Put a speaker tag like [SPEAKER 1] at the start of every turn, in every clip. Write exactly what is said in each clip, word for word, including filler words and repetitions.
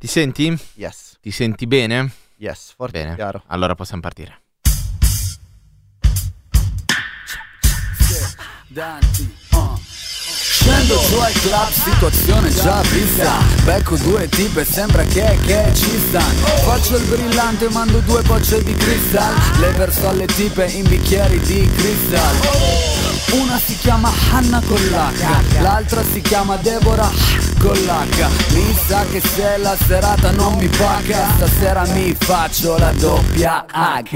[SPEAKER 1] Ti senti?
[SPEAKER 2] Yes.
[SPEAKER 1] Ti senti bene?
[SPEAKER 2] Yes, forte
[SPEAKER 1] Bene.
[SPEAKER 2] e chiaro.
[SPEAKER 1] Allora possiamo partire.
[SPEAKER 3] Danti, uh. Scendo giù al club, situazione già vista. Becco due tipe, sembra che, che ci stanno. Faccio il brillante, mando due bocce di cristal. Le verso alle tipe in bicchieri di cristal. Una si chiama Hanna con l'H, l'altra si chiama Deborah con l'H. Mi sa che se la serata non mi paga, stasera mi faccio la doppia H.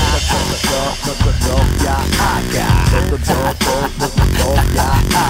[SPEAKER 3] Doppia H. Doppia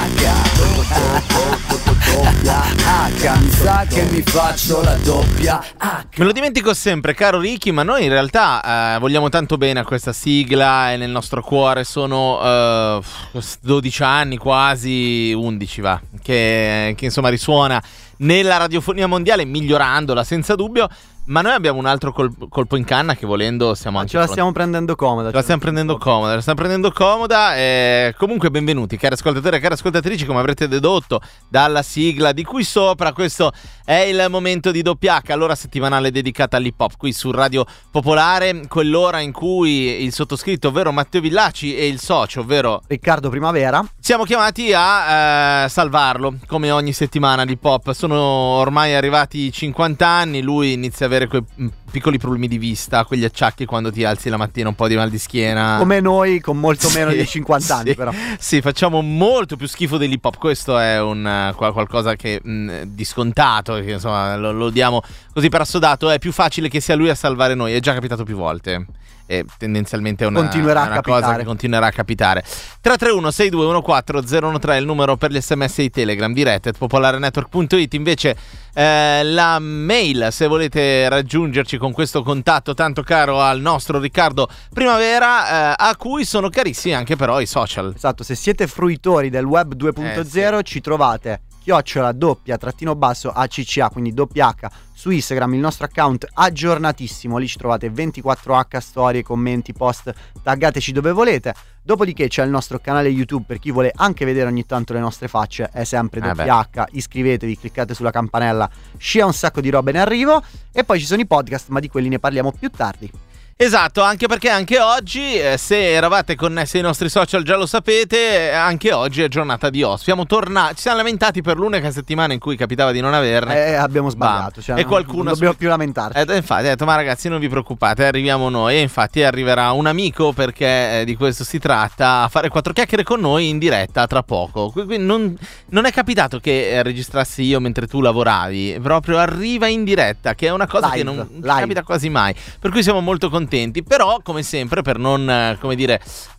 [SPEAKER 3] H. Mi sa che mi faccio la doppia H.
[SPEAKER 1] Me lo dimentico sempre, caro Ricky, ma noi in realtà eh, vogliamo tanto bene a questa sigla e nel nostro cuore sono eh, dodici anni, quasi undici va, che, che insomma risuona nella radiofonia mondiale, migliorandola senza dubbio. Ma noi abbiamo un altro col- colpo in canna che volendo stiamo anche
[SPEAKER 2] Ce la
[SPEAKER 1] pronti.
[SPEAKER 2] stiamo prendendo comoda.
[SPEAKER 1] Ce la stiamo prendendo comoda, la stiamo prendendo comoda. E comunque benvenuti, cari ascoltatori e cari ascoltatrici, come avrete dedotto dalla sigla di qui sopra. Questo è il momento di doppia H, l'ora settimanale dedicata all'hip hop qui su Radio Popolare, quell'ora in cui il sottoscritto, ovvero Matteo Villaci, e il socio, ovvero
[SPEAKER 2] Riccardo Primavera,
[SPEAKER 1] siamo chiamati a eh, salvarlo, come ogni settimana l'hip hop. Sono ormai arrivati cinquanta anni, lui inizia a avere quei piccoli problemi di vista, quegli acciacchi quando ti alzi la mattina, un po' di mal di schiena.
[SPEAKER 2] come noi, con molto meno
[SPEAKER 1] Sì,
[SPEAKER 2] di cinquanta anni
[SPEAKER 1] sì,
[SPEAKER 2] però.
[SPEAKER 1] Sì, facciamo molto più schifo dell'hip hop. Questo è un uh, qualcosa che mh, di scontato, che insomma lo, lo diamo così per assodato. È più facile che sia lui a salvare noi, è già capitato più volte. E tendenzialmente è una,
[SPEAKER 2] Continuerà
[SPEAKER 1] è una
[SPEAKER 2] a
[SPEAKER 1] cosa
[SPEAKER 2] capitare.
[SPEAKER 1] che continuerà a capitare. Tre tre uno sei due uno quattro zero uno tre è il numero per gli sms e i telegram, dirette at popolarenetwork punto it. Invece eh, la mail, se volete raggiungerci con questo contatto tanto caro al nostro Riccardo Primavera, eh, a cui sono carissimi anche però i social.
[SPEAKER 2] Esatto, se siete fruitori del web due punto zero,
[SPEAKER 1] Eh, sì.
[SPEAKER 2] ci trovate chiocciola doppia trattino basso A C C A, quindi doppia H su Instagram, il nostro account aggiornatissimo, lì ci trovate ventiquattro H, storie, commenti, post, taggateci dove volete. Dopodiché c'è il nostro canale YouTube per chi vuole anche vedere ogni tanto le nostre facce, è sempre
[SPEAKER 1] Eh
[SPEAKER 2] doppia H, iscrivetevi, cliccate sulla campanella, scia un sacco di roba in arrivo. E poi ci sono i podcast, ma di quelli ne parliamo più tardi.
[SPEAKER 1] Esatto, anche perché anche oggi, eh, se eravate connessi ai nostri social già lo sapete, eh, anche oggi è giornata di ospiti. Siamo tornati, ci siamo lamentati per l'unica settimana in cui capitava di non averne.
[SPEAKER 2] Eh, abbiamo sbagliato, cioè,
[SPEAKER 1] e
[SPEAKER 2] non-
[SPEAKER 1] qualcuno
[SPEAKER 2] non dobbiamo
[SPEAKER 1] su-
[SPEAKER 2] più lamentarci.
[SPEAKER 1] Eh, infatti ha detto, ma ragazzi non vi preoccupate, arriviamo noi. E infatti arriverà un amico, perché eh, di questo si tratta, a fare quattro chiacchiere con noi in diretta tra poco. Quindi non, non è capitato che eh, registrassi io mentre tu lavoravi, proprio arriva in diretta, che è una cosa
[SPEAKER 2] Live,
[SPEAKER 1] che non, non
[SPEAKER 2] live.
[SPEAKER 1] capita quasi mai, per cui siamo molto contenti. Però come sempre, per non eh, come dire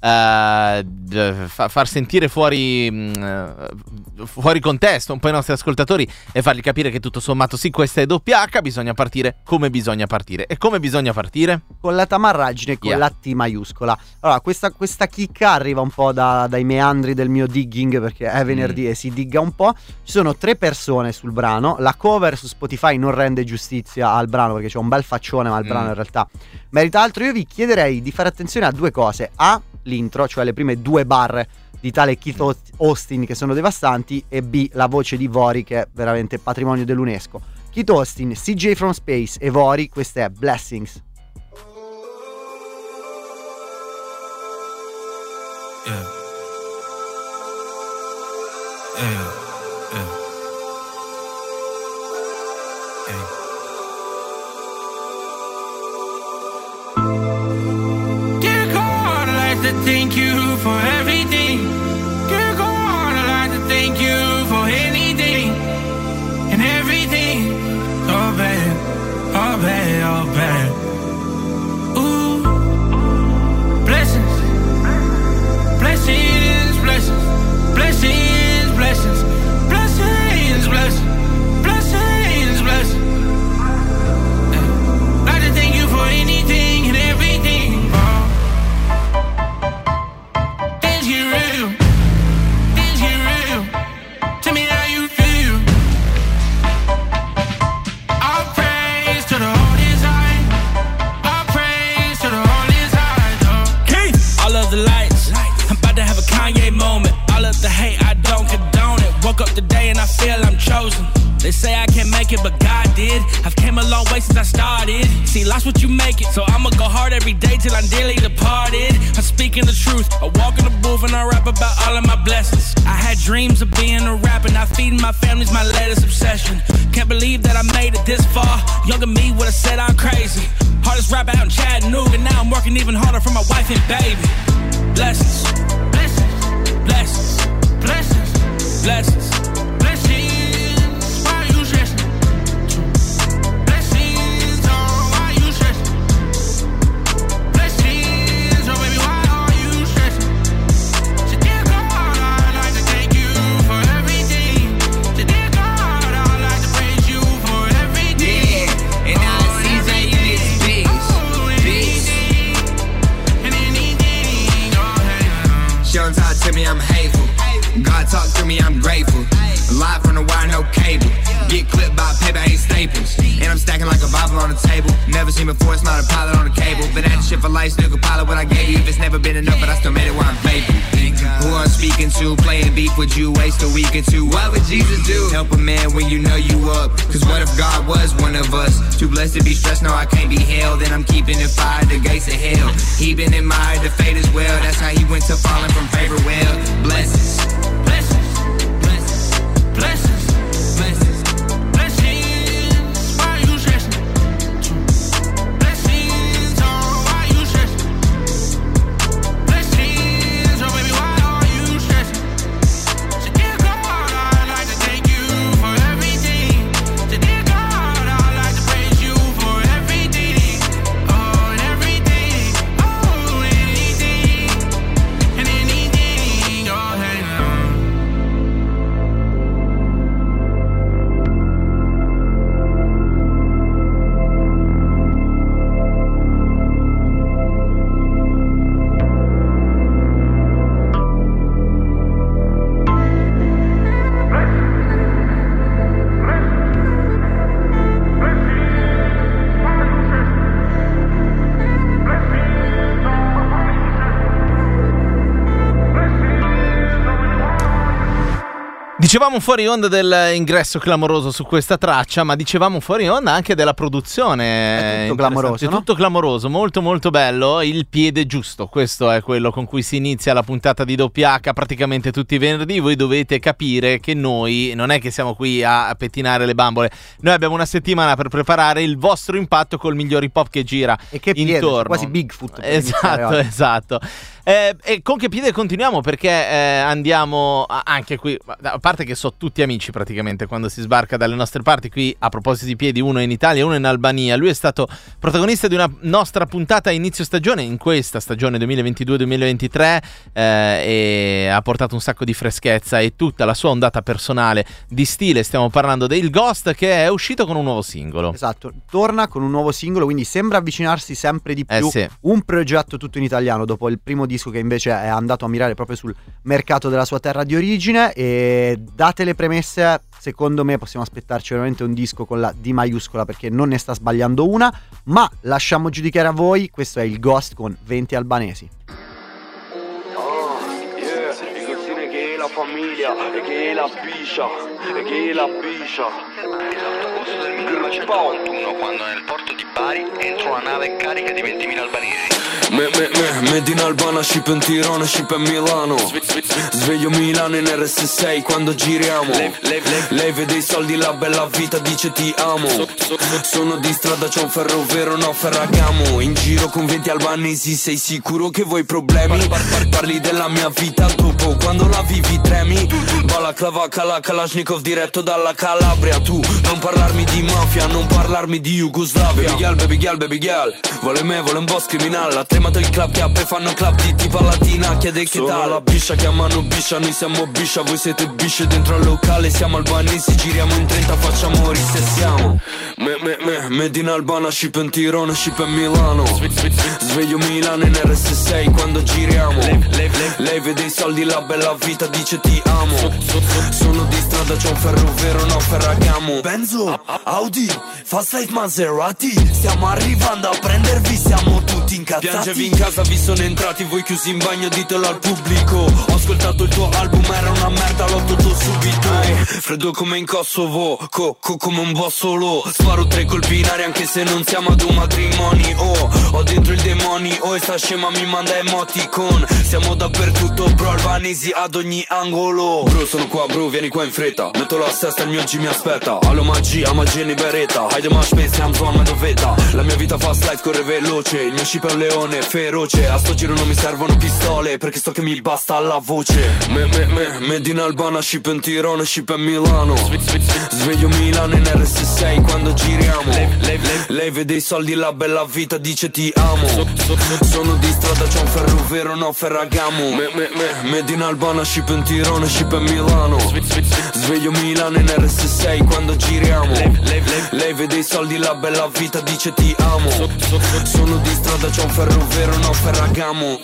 [SPEAKER 1] eh, d- fa- far sentire fuori mh, eh, fuori contesto un po' i nostri ascoltatori e fargli capire che tutto sommato sì, questa è doppia H, bisogna partire come bisogna partire. E come bisogna partire?
[SPEAKER 2] Con la tamarraggine, con
[SPEAKER 1] Yeah.
[SPEAKER 2] la T maiuscola. Allora, questa, questa chicca arriva un po' da- dai meandri del mio digging, perché è venerdì
[SPEAKER 1] Mm.
[SPEAKER 2] e si digga un po'. Ci sono tre persone sul brano. La cover su Spotify non rende giustizia al brano, perché c'è un bel faccione, ma il
[SPEAKER 1] Mm.
[SPEAKER 2] brano in realtà merita altro. Io vi chiederei di fare attenzione a due cose: A, l'intro, cioè le prime due barre di tale Keith Austin, che sono devastanti, e B, la voce di Vori, che è veramente patrimonio dell'UNESCO. Keith Austin, C J from Space e Vori, questa è Blessings.
[SPEAKER 4] Yeah. Yeah. Yeah. Yeah. Dear God, I'd like to thank you for everything. Dear God, I'd like to thank you for anything and everything. Oh bad, oh bad, oh bad. Ooh, blessings. Blessings, blessings, blessings, blessings, blessings, blessings, blessings, blessings. Yeah. Like to thank you for anything and everything. Oh. Things get real, things get real. Tell me how you feel. All praise to the Holy High. All praise to the Holy High. Oh. Keith, all of the lights. I'm about to have a Kanye moment. All of the hate, I don't condone it. Woke up today and I feel I'm chosen. They say I can't make it, but God did. I've came came a long way since I started. See, lost what you make it, so I'ma go hard every day till I'm dearly departed. I'm speaking the truth, I walk in the booth and I rap about all of my blessings. I had dreams of being a rapper, now feeding my family's my latest obsession. Can't believe that I made it this far. Younger me would've said I'm crazy. Hardest rapper out in Chattanooga, now I'm working even harder for my wife and baby. Blessings, blessings, blessings, blessings, blessings.
[SPEAKER 5] To me, I'm hateful. God talk to me, I'm grateful. Live from the wire, no cable. Get clipped by paper, ain't staples. And I'm stacking like a Bible on the table. Never seen before, it's not a pilot on the cable. Been at the shit for life, still could pilot what I gave you. If it's never been enough, but I still made it while I'm faithful. Who I'm speaking to, playing beef with you, waste a week or two. What would Jesus do? Help a man when you know you up. Cause what if God was one of us? Too blessed to be stressed, no I can't be held. And I'm keeping it fired, the gates of hell. He been admired, the fate as well. That's how he went to falling from favor well. Blessings, blessings, blessings, blessings, blessings.
[SPEAKER 1] Dicevamo fuori onda dell'ingresso clamoroso su questa traccia, ma dicevamo fuori onda anche della produzione.
[SPEAKER 2] È tutto clamoroso,
[SPEAKER 1] È
[SPEAKER 2] no?
[SPEAKER 1] tutto clamoroso, molto molto bello. Il piede giusto, questo è quello con cui si inizia la puntata di Doppia H praticamente tutti i venerdì. Voi dovete capire che noi non è che siamo qui a pettinare le bambole. Noi abbiamo una settimana per preparare il vostro impatto col miglior hip hop che gira
[SPEAKER 2] e che piede,
[SPEAKER 1] intorno.
[SPEAKER 2] quasi Bigfoot.
[SPEAKER 1] Esatto, esatto. Eh, e con che piede continuiamo, perché eh, andiamo a, anche qui, a parte che so tutti amici praticamente quando si sbarca dalle nostre parti. Qui, a proposito di piedi, uno è in Italia e uno è in Albania. Lui è stato protagonista di una nostra puntata a inizio stagione, in questa stagione duemilaventidue duemilaventitré, eh, e ha portato un sacco di freschezza e tutta la sua ondata personale di stile. Stiamo parlando del Ghost, che è uscito con un nuovo singolo.
[SPEAKER 2] Esatto, torna con un nuovo singolo, quindi sembra avvicinarsi sempre di più.
[SPEAKER 1] Eh sì.
[SPEAKER 2] Un progetto tutto in italiano dopo il primo disco che invece è andato a mirare proprio sul mercato della sua terra di origine. E date le premesse, secondo me possiamo aspettarci veramente un disco con la D maiuscola, perché non ne sta sbagliando una. Ma lasciamo giudicare a voi. Questo è il Ghost con venti albanesi.
[SPEAKER 6] Famiglia e che è la piscia e che è la piscia.
[SPEAKER 7] L'esattamente del millenovecentonovantuno, quando nel porto di Bari entra una nave carica di ventimila albanesi.
[SPEAKER 6] Me, me, me, Made in Albana, ship in Tirana, ship in Milano. Sveglio Milano in R S sei quando giriamo. Lei, lei, lei, lei vede i soldi, la bella vita, dice ti amo. Sono di strada, c'è un ferro vero, no Ferragamo. In giro con venti albanesi, sei sicuro che vuoi problemi? Parli della mia vita dopo, quando la vivi tremi. Balaclava, Kala, Kalashnikov diretto dalla Calabria. Tu non parlarmi di mafia, non parlarmi di Jugoslavia. Baby girl, baby girl, baby girl, vuole me, vuole un boss criminale. Ha tremato il club che a pe fanno club di tipa latina. Chiede che sono tal la biscia, chiamano biscia, noi siamo biscia. Voi siete bisce dentro al locale, siamo albanesi. Giriamo in trenta, facciamo risessiamo. Me, me, me, Made in Albana, ship in Tirana, ship in Milano. Sveglio Milano in R S sei quando giriamo. Lei vede i soldi, la bella vita, dice ti amo. Sono di strada, c'è un ferro vero, no Ferragamo. Benzo, Audi, Fast Life Maserati. Stiamo arrivando a prendervi, siamo tutti incazzati. Piangevi in casa, vi sono entrati, voi chiusi in bagno, ditelo al pubblico. Ho ascoltato il tuo album, era una merda, l'ho tolto subito. Ay, freddo come in Kosovo, cocco come un bossolo. sparo tre colpi in aria anche se non siamo ad un matrimonio. Oh, ho dentro il demonio, oh, e sta scema mi manda emoticon. Siamo dappertutto, bro, albanesi ad ogni angolo. Bro, sono qua, bro, vieni qua in fretta. Metto la sesta, il mio G mi aspetta. Allo magia, magia in beretta. Hai the mash space, I'm on my dovetta. La mia vita fast life corre veloce. Il mio ship è un leone feroce. A sto giro non mi servono pistole, perché sto che mi basta la voce. Me, me, me, made in Albana, ship in Tirana, ship in Milano. Sveglio Milano in R S sei quando giriamo. Lei, lei, lei, lei vede i soldi, la bella vita, dice ti amo. So, so, so, sono di strada, c'è un ferro vero, no Ferragamo. Me, me, me, made in Albana, ship in Tirana, ship in Milano. Sveglio Milano in R S sei quando giriamo. Lei, lei, lei, lei vede i soldi, la bella vita, dice ti amo. So, so, so, sono di strada, c'è un ferro vero, no Ferragamo.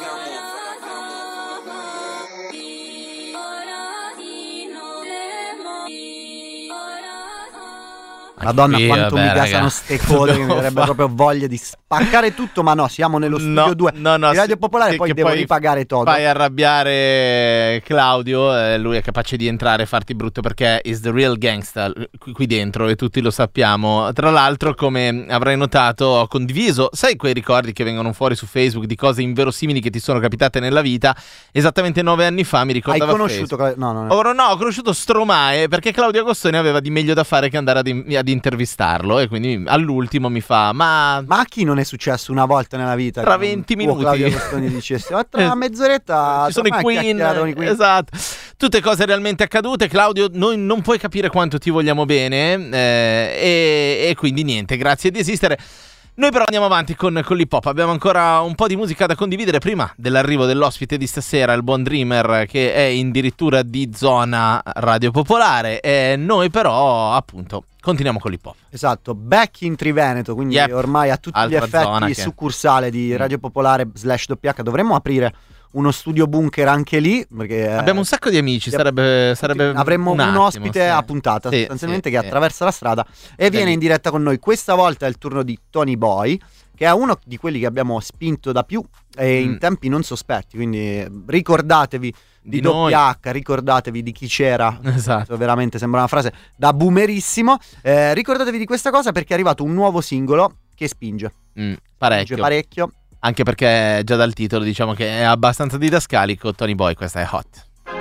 [SPEAKER 2] Madonna,
[SPEAKER 1] Qui,
[SPEAKER 2] quanto
[SPEAKER 1] vabbè,
[SPEAKER 2] mi gasano
[SPEAKER 1] raga.
[SPEAKER 2] ste code che mi darebbe proprio voglia di spaccare tutto, ma no, siamo nello studio
[SPEAKER 1] No,
[SPEAKER 2] due
[SPEAKER 1] no, no,
[SPEAKER 2] di Radio
[SPEAKER 1] sì,
[SPEAKER 2] Popolare,
[SPEAKER 1] che-
[SPEAKER 2] poi
[SPEAKER 1] che
[SPEAKER 2] devo
[SPEAKER 1] poi
[SPEAKER 2] ripagare Toto.
[SPEAKER 1] Fai arrabbiare Claudio, eh, lui è capace di entrare e farti brutto perché is the real gangsta qui, qui dentro e tutti lo sappiamo. Tra l'altro, come avrai notato, ho condiviso, sai quei ricordi che vengono fuori su Facebook di cose inverosimili che ti sono capitate nella vita? Esattamente nove anni fa mi
[SPEAKER 2] Hai
[SPEAKER 1] ricordava
[SPEAKER 2] conosciuto?
[SPEAKER 1] Facebook.
[SPEAKER 2] No, no, no.
[SPEAKER 1] Ora no, ho conosciuto Stromae perché Claudio Agostoni aveva di meglio da fare che andare ad, in- ad intervistarlo e quindi all'ultimo mi fa ma...
[SPEAKER 2] Ma a chi non è successo una volta nella vita?
[SPEAKER 1] Tra
[SPEAKER 2] che
[SPEAKER 1] venti
[SPEAKER 2] un-
[SPEAKER 1] minuti.
[SPEAKER 2] Oh, Claudio Costoni dicesse, ma tra una
[SPEAKER 1] Eh,
[SPEAKER 2] mezz'oretta
[SPEAKER 1] ci sono i
[SPEAKER 2] tornai a chiacchierare con i
[SPEAKER 1] Queen,
[SPEAKER 2] Queen.
[SPEAKER 1] esatto, tutte cose realmente accadute. Claudio, noi non puoi capire quanto ti vogliamo bene, eh, e, e quindi niente, grazie di esistere. Noi però andiamo avanti con, con l'hip hop. Abbiamo ancora un po' di musica da condividere prima dell'arrivo dell'ospite di stasera, il buon Dreamer, che è addirittura di zona Radio Popolare, e noi però appunto continuiamo con l'hip hop.
[SPEAKER 2] Esatto, back in Triveneto, quindi
[SPEAKER 1] Yep.
[SPEAKER 2] ormai a tutti gli
[SPEAKER 1] Altra
[SPEAKER 2] effetti
[SPEAKER 1] zona che-
[SPEAKER 2] succursale di
[SPEAKER 1] Mm.
[SPEAKER 2] Radio Popolare slash W H. Dovremmo aprire uno studio bunker anche lì, perché
[SPEAKER 1] Abbiamo un sacco di amici,
[SPEAKER 2] Yep.
[SPEAKER 1] sarebbe, sarebbe
[SPEAKER 2] avremmo
[SPEAKER 1] un,
[SPEAKER 2] un,
[SPEAKER 1] attimo,
[SPEAKER 2] ospite
[SPEAKER 1] sì.
[SPEAKER 2] a puntata
[SPEAKER 1] Sì,
[SPEAKER 2] sostanzialmente
[SPEAKER 1] sì,
[SPEAKER 2] che
[SPEAKER 1] sì.
[SPEAKER 2] attraversa la strada e viene
[SPEAKER 1] lì.
[SPEAKER 2] in diretta con noi. Questa volta è il turno di Tony Boy, che è uno di quelli che abbiamo spinto da più e in
[SPEAKER 1] Mm.
[SPEAKER 2] tempi non sospetti, quindi ricordatevi di,
[SPEAKER 1] Di noi.
[SPEAKER 2] W H, ricordatevi di chi c'era.
[SPEAKER 1] Esatto.
[SPEAKER 2] Veramente sembra una frase da boomerissimo. Eh, ricordatevi di questa cosa perché è arrivato un nuovo singolo che spinge,
[SPEAKER 1] Mm,
[SPEAKER 2] spinge
[SPEAKER 1] parecchio.
[SPEAKER 2] parecchio.
[SPEAKER 1] Anche perché già dal titolo diciamo che è abbastanza didascalico. Tony Boy, questa è Hot.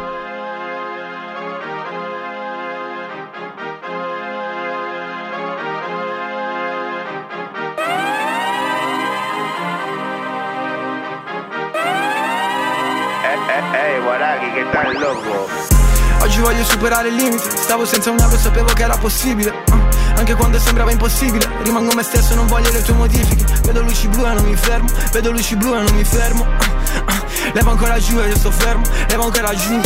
[SPEAKER 8] Ehi, Guaraghi, che tal loco?
[SPEAKER 9] Oggi voglio superare il limite. Stavo senza un'auto e sapevo che era possibile. uh, Anche quando sembrava impossibile. Rimango me stesso, non voglio le tue modifiche. Vedo luci blu e non mi fermo. Vedo luci blu e non mi fermo. uh, uh, Levo ancora giù e io sto fermo. Levo ancora giù. uh,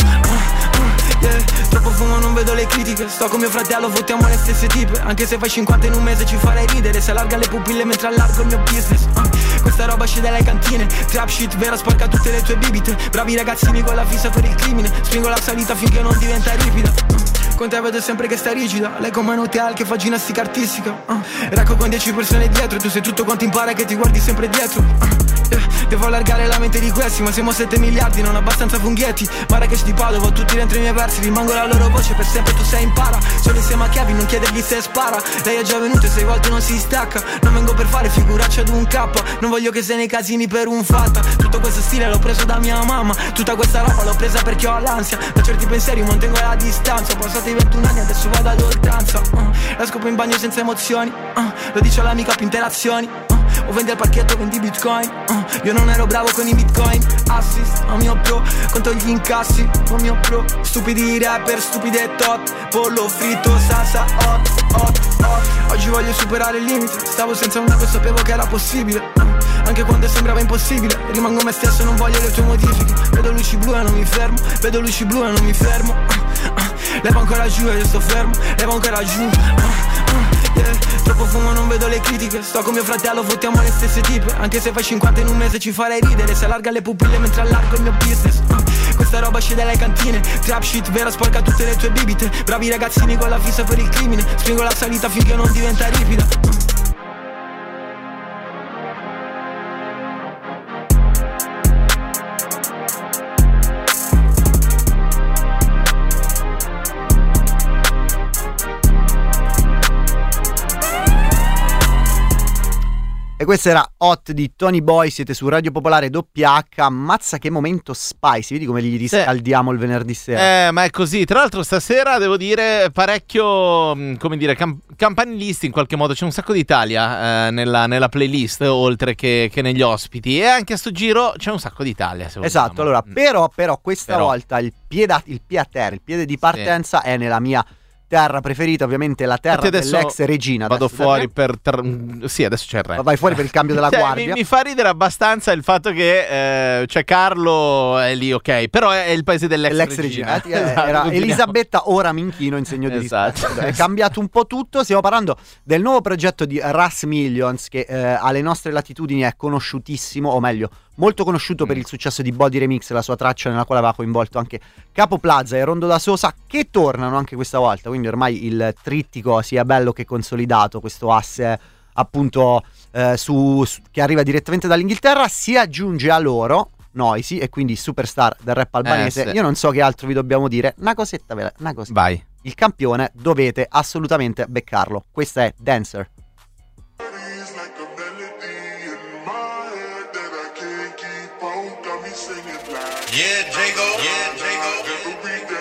[SPEAKER 9] uh, yeah. Troppo fumo, non vedo le critiche. Sto con mio fratello, votiamo le stesse tipe. Anche se fai cinquanta in un mese ci farai ridere. Se allarga le pupille mentre allargo il mio business. uh, Questa roba esce dalle cantine. Trap shit vera, sporca tutte le tue bibite. Bravi ragazzini con la fissa per il crimine. Spingo la salita finché non diventa ripida. uh, Con te vedo sempre che sta rigida. Lei come un hotel che fa ginnastica artistica. uh, Racco con dieci persone dietro. Tu sei tutto quanto impara che ti guardi sempre dietro. uh, yeah. Devo allargare la mente di questi. Ma siamo sette miliardi, non abbastanza funghetti. Marrakesh di Padova, ho tutti dentro i miei versi. Rimango la loro voce per sempre, tu sei impara. Sono insieme a Kevin, non chiedergli se spara. Lei è già venuta e sei volte non si stacca. Non vengo per fare figuraccia ad un K. Non voglio che sei nei casini per un fatta. Tutto questo stile l'ho preso da mia mamma. Tutta questa roba l'ho presa perché ho l'ansia. Da certi pensieri mantengo la distanza. Ho passato i ventuno anni, adesso vado ad oltranza. uh, La scopo in bagno senza emozioni. uh, Lo dice all'amica più interazioni. uh, O vendi al parchetto, vendi bitcoin. uh, Io non ero bravo con i bitcoin. Assist, a mio pro, conto gli incassi. A mio pro, stupidi rapper, stupide tot. Pollo fritto, salsa hot, hot, hot. Oggi voglio superare il limite. Stavo senza un'auto e sapevo che era possibile. uh, Anche quando sembrava impossibile. Rimango me stesso, non voglio le tue modifiche. Vedo luci blu e non mi fermo. Vedo luci blu e non mi fermo. uh, uh, Levo ancora giù e io sto fermo. Levo ancora giù. uh, uh, yeah. Troppo fumo, non vedo le critiche. Sto con mio fratello, votiamo le stesse tipe. Anche se fai cinquanta in un mese ci farei ridere. Se allarga le pupille mentre allargo il mio business. uh, Questa roba esce dalle cantine. Trap shit vera, sporca tutte le tue bibite. Bravi ragazzini con la fissa per il crimine. Spingo la salita finché non diventa ripida. uh.
[SPEAKER 2] E questo era Hot di Tony Boy, siete su Radio Popolare W H. Ammazza che momento spicy, vedi come gli riscaldiamo il venerdì sera.
[SPEAKER 1] Eh, ma è così. Tra l'altro stasera devo dire parecchio, come dire, cam- campanilisti in qualche modo. C'è un sacco d'Italia eh, nella, nella playlist, oltre che, che negli ospiti. E anche a sto giro c'è un sacco d'Italia, se
[SPEAKER 2] esatto,
[SPEAKER 1] vogliamo.
[SPEAKER 2] allora, però, però questa
[SPEAKER 1] Però.
[SPEAKER 2] volta il piede a, il piede a terra, il piede di partenza è nella mia terra preferita, ovviamente la terra
[SPEAKER 1] Infatti
[SPEAKER 2] dell'ex regina.
[SPEAKER 1] Vado
[SPEAKER 2] Adesso
[SPEAKER 1] fuori
[SPEAKER 2] da
[SPEAKER 1] per... Ter- sì, adesso c'è il re.
[SPEAKER 2] Vai fuori per il cambio della
[SPEAKER 1] Cioè,
[SPEAKER 2] guardia.
[SPEAKER 1] Mi, mi fa ridere abbastanza il fatto che eh, c'è Carlo è lì, ok, però è, è il paese dell'ex
[SPEAKER 2] L'ex
[SPEAKER 1] regina.
[SPEAKER 2] regina. Eh,
[SPEAKER 1] Esatto,
[SPEAKER 2] era
[SPEAKER 1] continuiamo.
[SPEAKER 2] Elisabetta, ora Minchino in segno di
[SPEAKER 1] Esatto.
[SPEAKER 2] rispetto. È cambiato un po' tutto. Stiamo parlando del nuovo progetto di Russ Millions, che eh, alle nostre latitudini è conosciutissimo, o meglio molto conosciuto per il successo di Body Remix, la sua traccia nella quale aveva coinvolto anche Capo Plaza e Rondo da Sosa, che tornano anche questa volta, quindi ormai il trittico sia bello che consolidato, questo asse appunto eh, su, su, che arriva direttamente dall'Inghilterra. Si aggiunge a loro Noisy, e quindi superstar del rap albanese.
[SPEAKER 1] Eh, sì.
[SPEAKER 2] Io non so che altro vi dobbiamo dire, una cosetta, ve la, una cosetta.
[SPEAKER 1] Vai.
[SPEAKER 2] Il campione dovete assolutamente beccarlo, questa è Dancer.
[SPEAKER 10] Yeah, Jago. Yeah, Jago.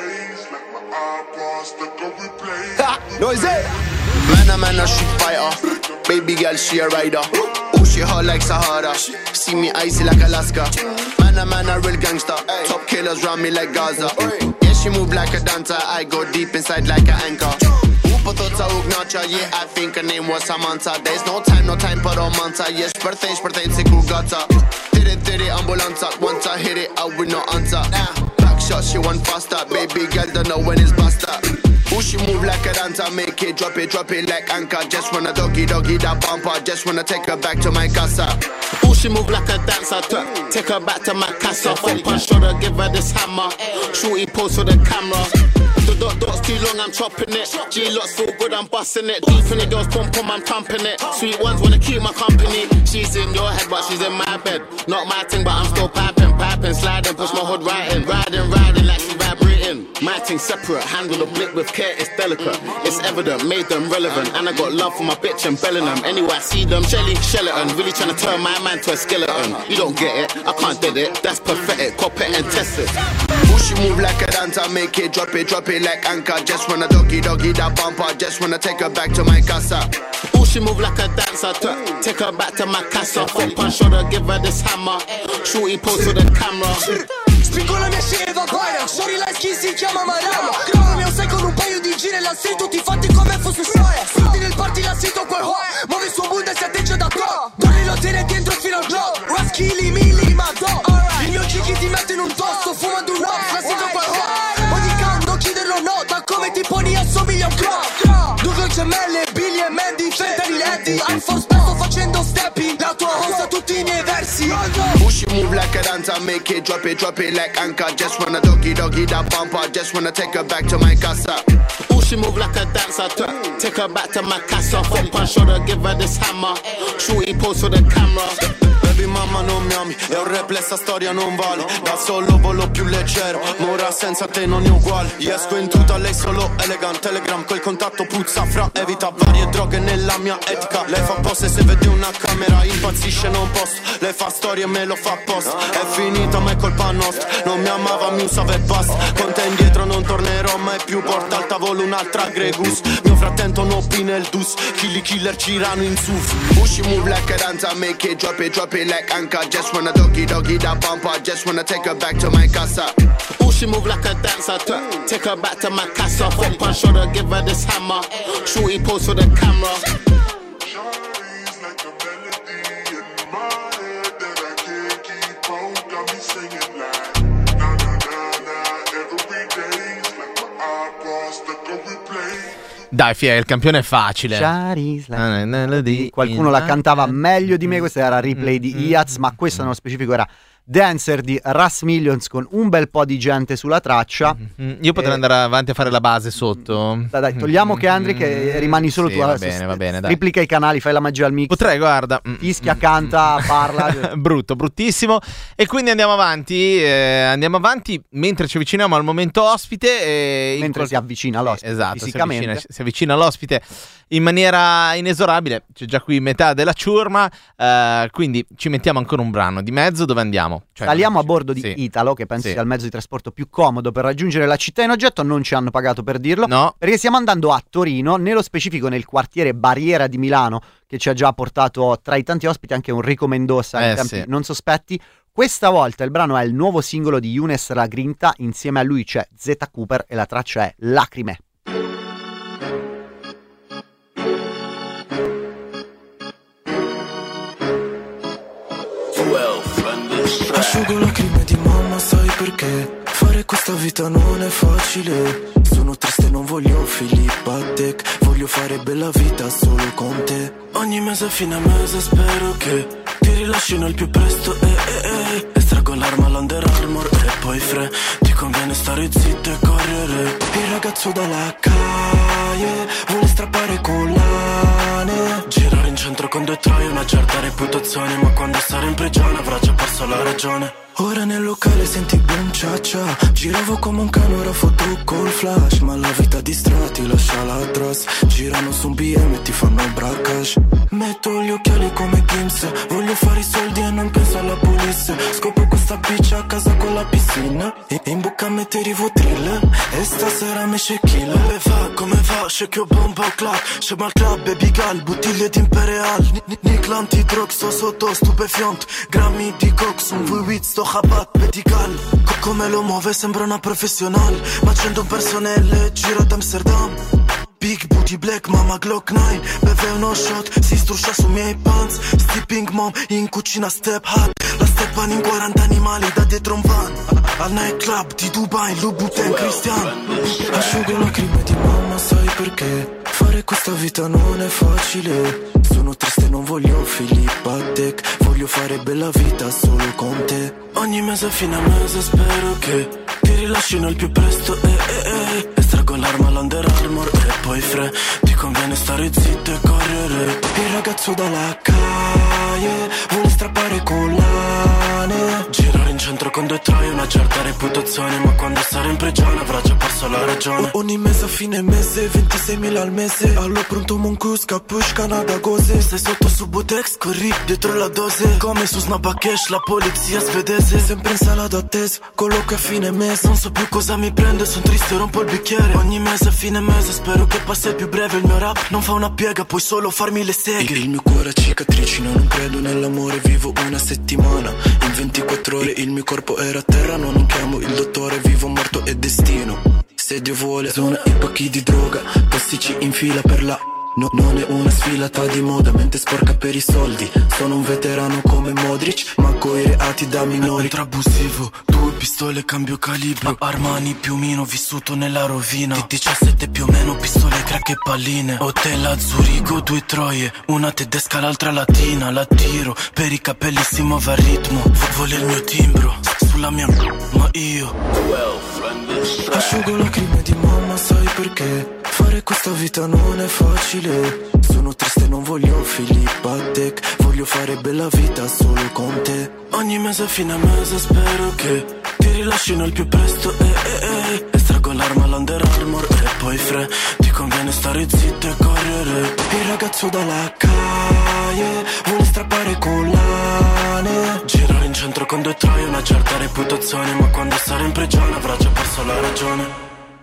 [SPEAKER 11] Noisy. Man, a man, a street fighter. Baby girl, she a rider. Oh, she hot like Sahara. See me icy like Alaska. Man, a man, a real gangster. Top killers round me like Gaza. Yeah, she move like a dancer. I go deep inside like an anchor. Potota Ugnacha, yeah, I think her name was Samantha. There's no time, no time for romanza. Yes, birthday, birthday, se kugata. Did it, did it, ambulanza. Once I hit it, I will not answer. Back shot, she want faster. Baby girl, don't know when it's basta. Ooh, she move like a dancer. Make it, drop it, drop it like anchor. Just wanna doggy, doggy, that bumper. Just wanna take her back to my casa.
[SPEAKER 12] Ooh, she move like a dancer. Twerk, take her back to my casa. Full punch, shoulder, give her this hammer. Shorty pose for the camera. The dot dot's too long, I'm chopping it. G-locks feel good, I'm busting it. Deep in the girls, pom pom, I'm pumping it. Sweet ones wanna keep my company. She's in your head, but she's in my bed. Not my thing, but I'm still piping, piping, sliding, push my hood right in. Riding, riding like she's vibrating. My thing separate, handle the blick with care, it's delicate. It's evident, made them relevant. And I got love for my bitch and Bellingham. Anyway, I see them, Shelly, Sheleton. Really trying to turn my man to a skeleton. You don't get it, I can't get it. That's pathetic, cop it and test it.
[SPEAKER 11] Ooh, she move like a dancer. Make it, drop it, drop it like anchor. Just wanna doggy, doggy, that bumper. Just wanna take her back to my casa.
[SPEAKER 12] Ooh, she move like a dancer. Twerk, take her back to my casa. Full punch, shoulder, give her this hammer. Shorty pose for the camera.
[SPEAKER 9] Spingo la mia scena va baia. Sorry like chi si chiama Mariah. Clavami un sei con un paio di giri la street. Tutti fatti come fosse storia. Tutti nel party la sento quel ho. Muove il suo bunda e si atteggia da qua. Donne lo tiene dentro fino al glow. Raschili, mili, ma do. Il mio Gigi ti mette in un tosto. Fumando un rock, la sento quel ho. Ogni can, non chiederlo no. Da come ti poni assomiglia a un club. Due gemelle, Billy e Mandy. Fentanyl, Eddie. iPhone spesso facendo stepping. La tua hosta tutti i miei versi.
[SPEAKER 11] Ooh, she move like a dancer. Make it, drop it, drop it like anchor. Just wanna doggy, doggy, that bumper. Just wanna take her back to my casa.
[SPEAKER 12] Ooh, she move like a dancer. Twerk, take her back to my casa. Full punch, shoulder, give her this hammer. Shorty pose for the camera.
[SPEAKER 11] Baby mamma non mi ami, è un rap, sta storia non vale. Da solo volo più leggero, ma ora senza te non è uguale. Esco in tuta, lei solo elegant. Telegram, quel contatto puzza fra. Evita varie droghe nella mia etica. Lei fa pose se vede una camera, impazzisce non posto. Lei fa storia e me lo fa apposta. È finita ma è colpa nostra. Non mi amava, mi usava e basta. Con te indietro non tornerò mai più. Porta al tavolo un'altra Gregus. Mio fratento non pina il dus. Killy killer girano in S U V. Usci move like a dancer, make it, drop it, drop it like anchor. Just wanna doggy, doggy, that bumper. Just wanna take her back to my casa.
[SPEAKER 12] Ooh, she move like a dancer. Twerk, take her back to my casa. Full punch, shoulder, give her this hammer. Shorty pose for the camera.
[SPEAKER 1] Dai, Fia, il campione è facile.
[SPEAKER 2] Qualcuno la cantava meglio di me. Questa era replay di Iaz, ma questo nello specifico era Dancer di Russ Millions con un bel po' di gente sulla traccia.
[SPEAKER 1] Mm, io potrei e... andare avanti a fare la base sotto.
[SPEAKER 2] Dai, dai togliamo mm, Kendrick e rimani solo
[SPEAKER 1] sì,
[SPEAKER 2] tu.
[SPEAKER 1] Va bene, va bene, dai.
[SPEAKER 2] Triplica i canali, fai la magia al mix.
[SPEAKER 1] Potrei, guarda.
[SPEAKER 2] Fischia, canta, parla.
[SPEAKER 1] Brutto, bruttissimo. E quindi andiamo avanti, eh, andiamo avanti mentre ci avviciniamo al momento ospite. E
[SPEAKER 2] mentre
[SPEAKER 1] qual...
[SPEAKER 2] si avvicina all'ospite.
[SPEAKER 1] Esatto,
[SPEAKER 2] fisicamente.
[SPEAKER 1] Si avvicina, si avvicina all'ospite in maniera inesorabile. C'è già qui metà della ciurma, eh, quindi ci mettiamo ancora un brano di mezzo. Dove andiamo? Cioè,
[SPEAKER 2] saliamo a bordo di
[SPEAKER 1] sì.
[SPEAKER 2] Italo, che penso
[SPEAKER 1] sì.
[SPEAKER 2] sia il mezzo di trasporto più comodo per raggiungere la città in oggetto. Non ci hanno pagato per dirlo,
[SPEAKER 1] no,
[SPEAKER 2] perché stiamo andando a Torino, nello specifico nel quartiere Barriera di Milano, che ci ha già portato tra i tanti ospiti anche Enrico Mendoza in
[SPEAKER 1] eh,
[SPEAKER 2] tempi
[SPEAKER 1] sì.
[SPEAKER 2] non sospetti. Questa volta il brano è il nuovo singolo di Younes La Grinta, insieme a lui c'è Z Cooper e la traccia è Lacrime.
[SPEAKER 13] Asciugo lacrime di mamma, sai perché? Fare questa vita non è facile. Sono triste, non voglio Filippa Tech. Voglio fare bella vita solo con te. Ogni mese, fine mese, spero che ti rilascino il più presto, eh, eh, eh. Estraggo l'arma all'Under Armour e poi fre. Ti conviene stare zitto e correre. Il ragazzo dalla calle vuole strappare collane. Girare in centro con due troie, una certa reputazione. Ma quando sarà in prigione avrà già perso la ragione. Ora nel locale senti boom cia cia. Giravo come un cane, ora foto col flash. Ma la vita distratti lasciala atrás. Girano su un B M e ti fanno il braccage. Metto gli occhiali come Gims. Voglio fare i soldi e non penso alla police. Scopro questa bitch a casa con la piscina. E in bocca mette i rivotril. E stasera mi c'è kill. Come va, come va, shake your bomba o clap. Scema al club, baby gal, bottiglie d'imperial. Nick l'antidrug, sto sotto stupefiant. Grammi di cox, un vuit, sto Rabat medical. Co- come lo muove sembra una professional. Ma accendo un personale, giro ad Amsterdam. Big booty black, mama Glock nine. Beve uno shot, si struscia su miei pants. Stepping mom, in cucina step hot. La stepan in quaranta animali da dietro un van. Al nightclub di Dubai, Louboutin Christian. Asciugo lacrime di mamma, sai perché? Fare questa vita non è facile. Sono triste, non voglio Filippa Tech. Voglio fare bella vita solo con te. Ogni mese, fine mese, spero che ti rilascino il più presto, eh, eh, eh. Estraggo l'arma all'Under Armour e poi fre. Ti conviene stare zitto e correre. Il ragazzo dalla calle vuole strappare collane. Girare in centro con due troie, una certa reputazione. Ma quando sarà in prigione avrà già perso la ragione. O- ogni mese a fine mese, ventiseimila al mese. Allo pronto Monkus, capush, Canada Goze. Stai sotto su Botex, corri dietro la dose. Come su Snabakesh, la polizia svedese. Sempre in sala d'attesa, colloquio a fine mese. Non so più cosa mi prende, sono triste, rompo il bicchiere. Ogni mese a fine mese, spero che passi il più breve. Il mio rap non fa una piega, puoi solo farmi le seghe. Il, il mio cuore ha cicatrici, no, non credo nell'amore. Vivo una settimana, in ventiquattro ore il mio corpo era a terra. No, non chiamo il dottore, vivo, morto e destino. Se Dio vuole, zona i pacchi di droga. Pasticci in fila per la... No, non è una sfilata di moda, mente sporca per i soldi. Sono un veterano come Modric, ma coi reati da minori. Entra abusivo, due pistole, cambio calibro. Armani, piumino, vissuto nella rovina. Di diciassette più o meno, pistole, crack e palline. Hotel a Zurigo, due troie. Una tedesca, l'altra latina. La tiro, per i capelli si muove a ritmo. Vuole il mio timbro, sulla mia ma io asciugo lacrime di mamma, sai perché? Fare questa vita non è facile. Sono triste, non voglio Filippa Tech. Voglio fare bella vita solo con te. Ogni mese, fine mese, spero che ti rilascino il più presto, eh, eh, eh. Estraggo l'arma all'Under Armour e poi fre. Ti conviene stare zitto e correre. Il ragazzo dalla calle vuole strappare collane. Girare in centro con due troie, una certa reputazione. Ma quando sarà in prigione avrà già perso la ragione.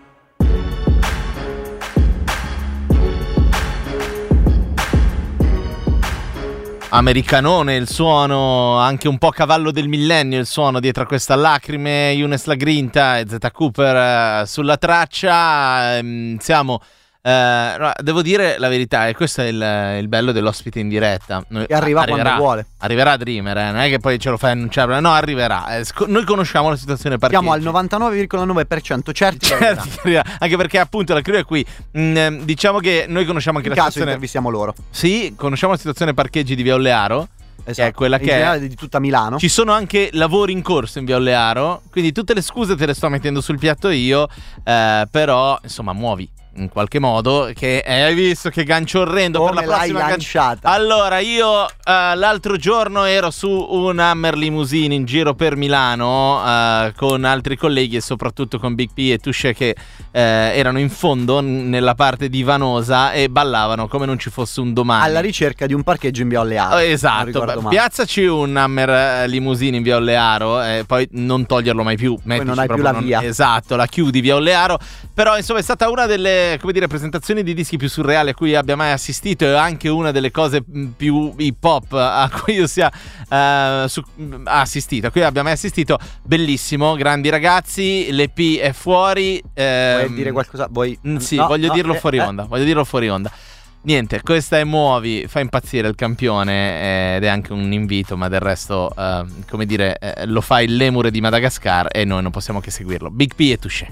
[SPEAKER 1] Americanone il suono, anche un po' cavallo del millennio il suono dietro a questa Lacrime. Younes La Grinta e Z Cooper uh, sulla traccia. Um, siamo uh, devo dire la verità, e questo è il, il bello dell'ospite in diretta.
[SPEAKER 2] E arriva
[SPEAKER 1] arriverà,
[SPEAKER 2] quando vuole.
[SPEAKER 1] Arriverà Dreamer, eh? Non è che poi ce lo fai annunciare. No, arriverà. Eh, sc- noi conosciamo la situazione parcheggi.
[SPEAKER 2] Siamo al novantanove virgola nove per cento certi,
[SPEAKER 1] certi che anche perché appunto la crew è qui. Mm, diciamo che noi conosciamo anche
[SPEAKER 2] in
[SPEAKER 1] la
[SPEAKER 2] caso
[SPEAKER 1] situazione.
[SPEAKER 2] Intervistiamo loro.
[SPEAKER 1] Sì, conosciamo la situazione parcheggi di Via Ollearo.
[SPEAKER 2] Esatto.
[SPEAKER 1] che è quella
[SPEAKER 2] In
[SPEAKER 1] che
[SPEAKER 2] generale
[SPEAKER 1] è.
[SPEAKER 2] di tutta Milano.
[SPEAKER 1] Ci sono anche lavori in corso in via Ollearo, quindi tutte le scuse te le sto mettendo sul piatto io, eh, però insomma muovi in qualche modo, che eh, hai visto che gancio orrendo.
[SPEAKER 2] Come
[SPEAKER 1] per la prossima
[SPEAKER 2] l'hai
[SPEAKER 1] gan-
[SPEAKER 2] lanciata?
[SPEAKER 1] Allora io eh, l'altro giorno ero su un Hammer Limousine in giro per Milano eh, con altri colleghi e soprattutto con Big P e Touché che eh, erano in fondo n- nella parte di Vanosa e ballavano come non ci fosse un domani.
[SPEAKER 2] Alla ricerca di un parcheggio in via Ollearo.
[SPEAKER 1] Oh, esatto,
[SPEAKER 2] non
[SPEAKER 1] beh, piazzaci un Hammer eh, Limousine in via Ollearo e poi non toglierlo mai più. Mettici
[SPEAKER 2] non hai più
[SPEAKER 1] proprio
[SPEAKER 2] la
[SPEAKER 1] non-
[SPEAKER 2] via.
[SPEAKER 1] Esatto, la chiudi via Ollearo. Però insomma è stata una delle, come dire, presentazioni di dischi più surreali a cui abbia mai assistito e anche una delle cose mh, più hip hop a cui io sia uh, su, mh, assistito, a cui abbia mai assistito. Bellissimo, grandi ragazzi, l'E P è fuori. ehm,
[SPEAKER 2] Vuoi dire qualcosa? Vuoi...
[SPEAKER 1] mh, Sì,
[SPEAKER 2] No,
[SPEAKER 1] voglio
[SPEAKER 2] no,
[SPEAKER 1] dirlo
[SPEAKER 2] eh,
[SPEAKER 1] fuori
[SPEAKER 2] eh.
[SPEAKER 1] onda, voglio dirlo fuori onda. Niente, questa è Muovi, fa impazzire il campione eh, ed è anche un invito, ma del resto, eh, come dire, eh, lo fa il lemure di Madagascar e noi non possiamo che seguirlo. Big P e Touché.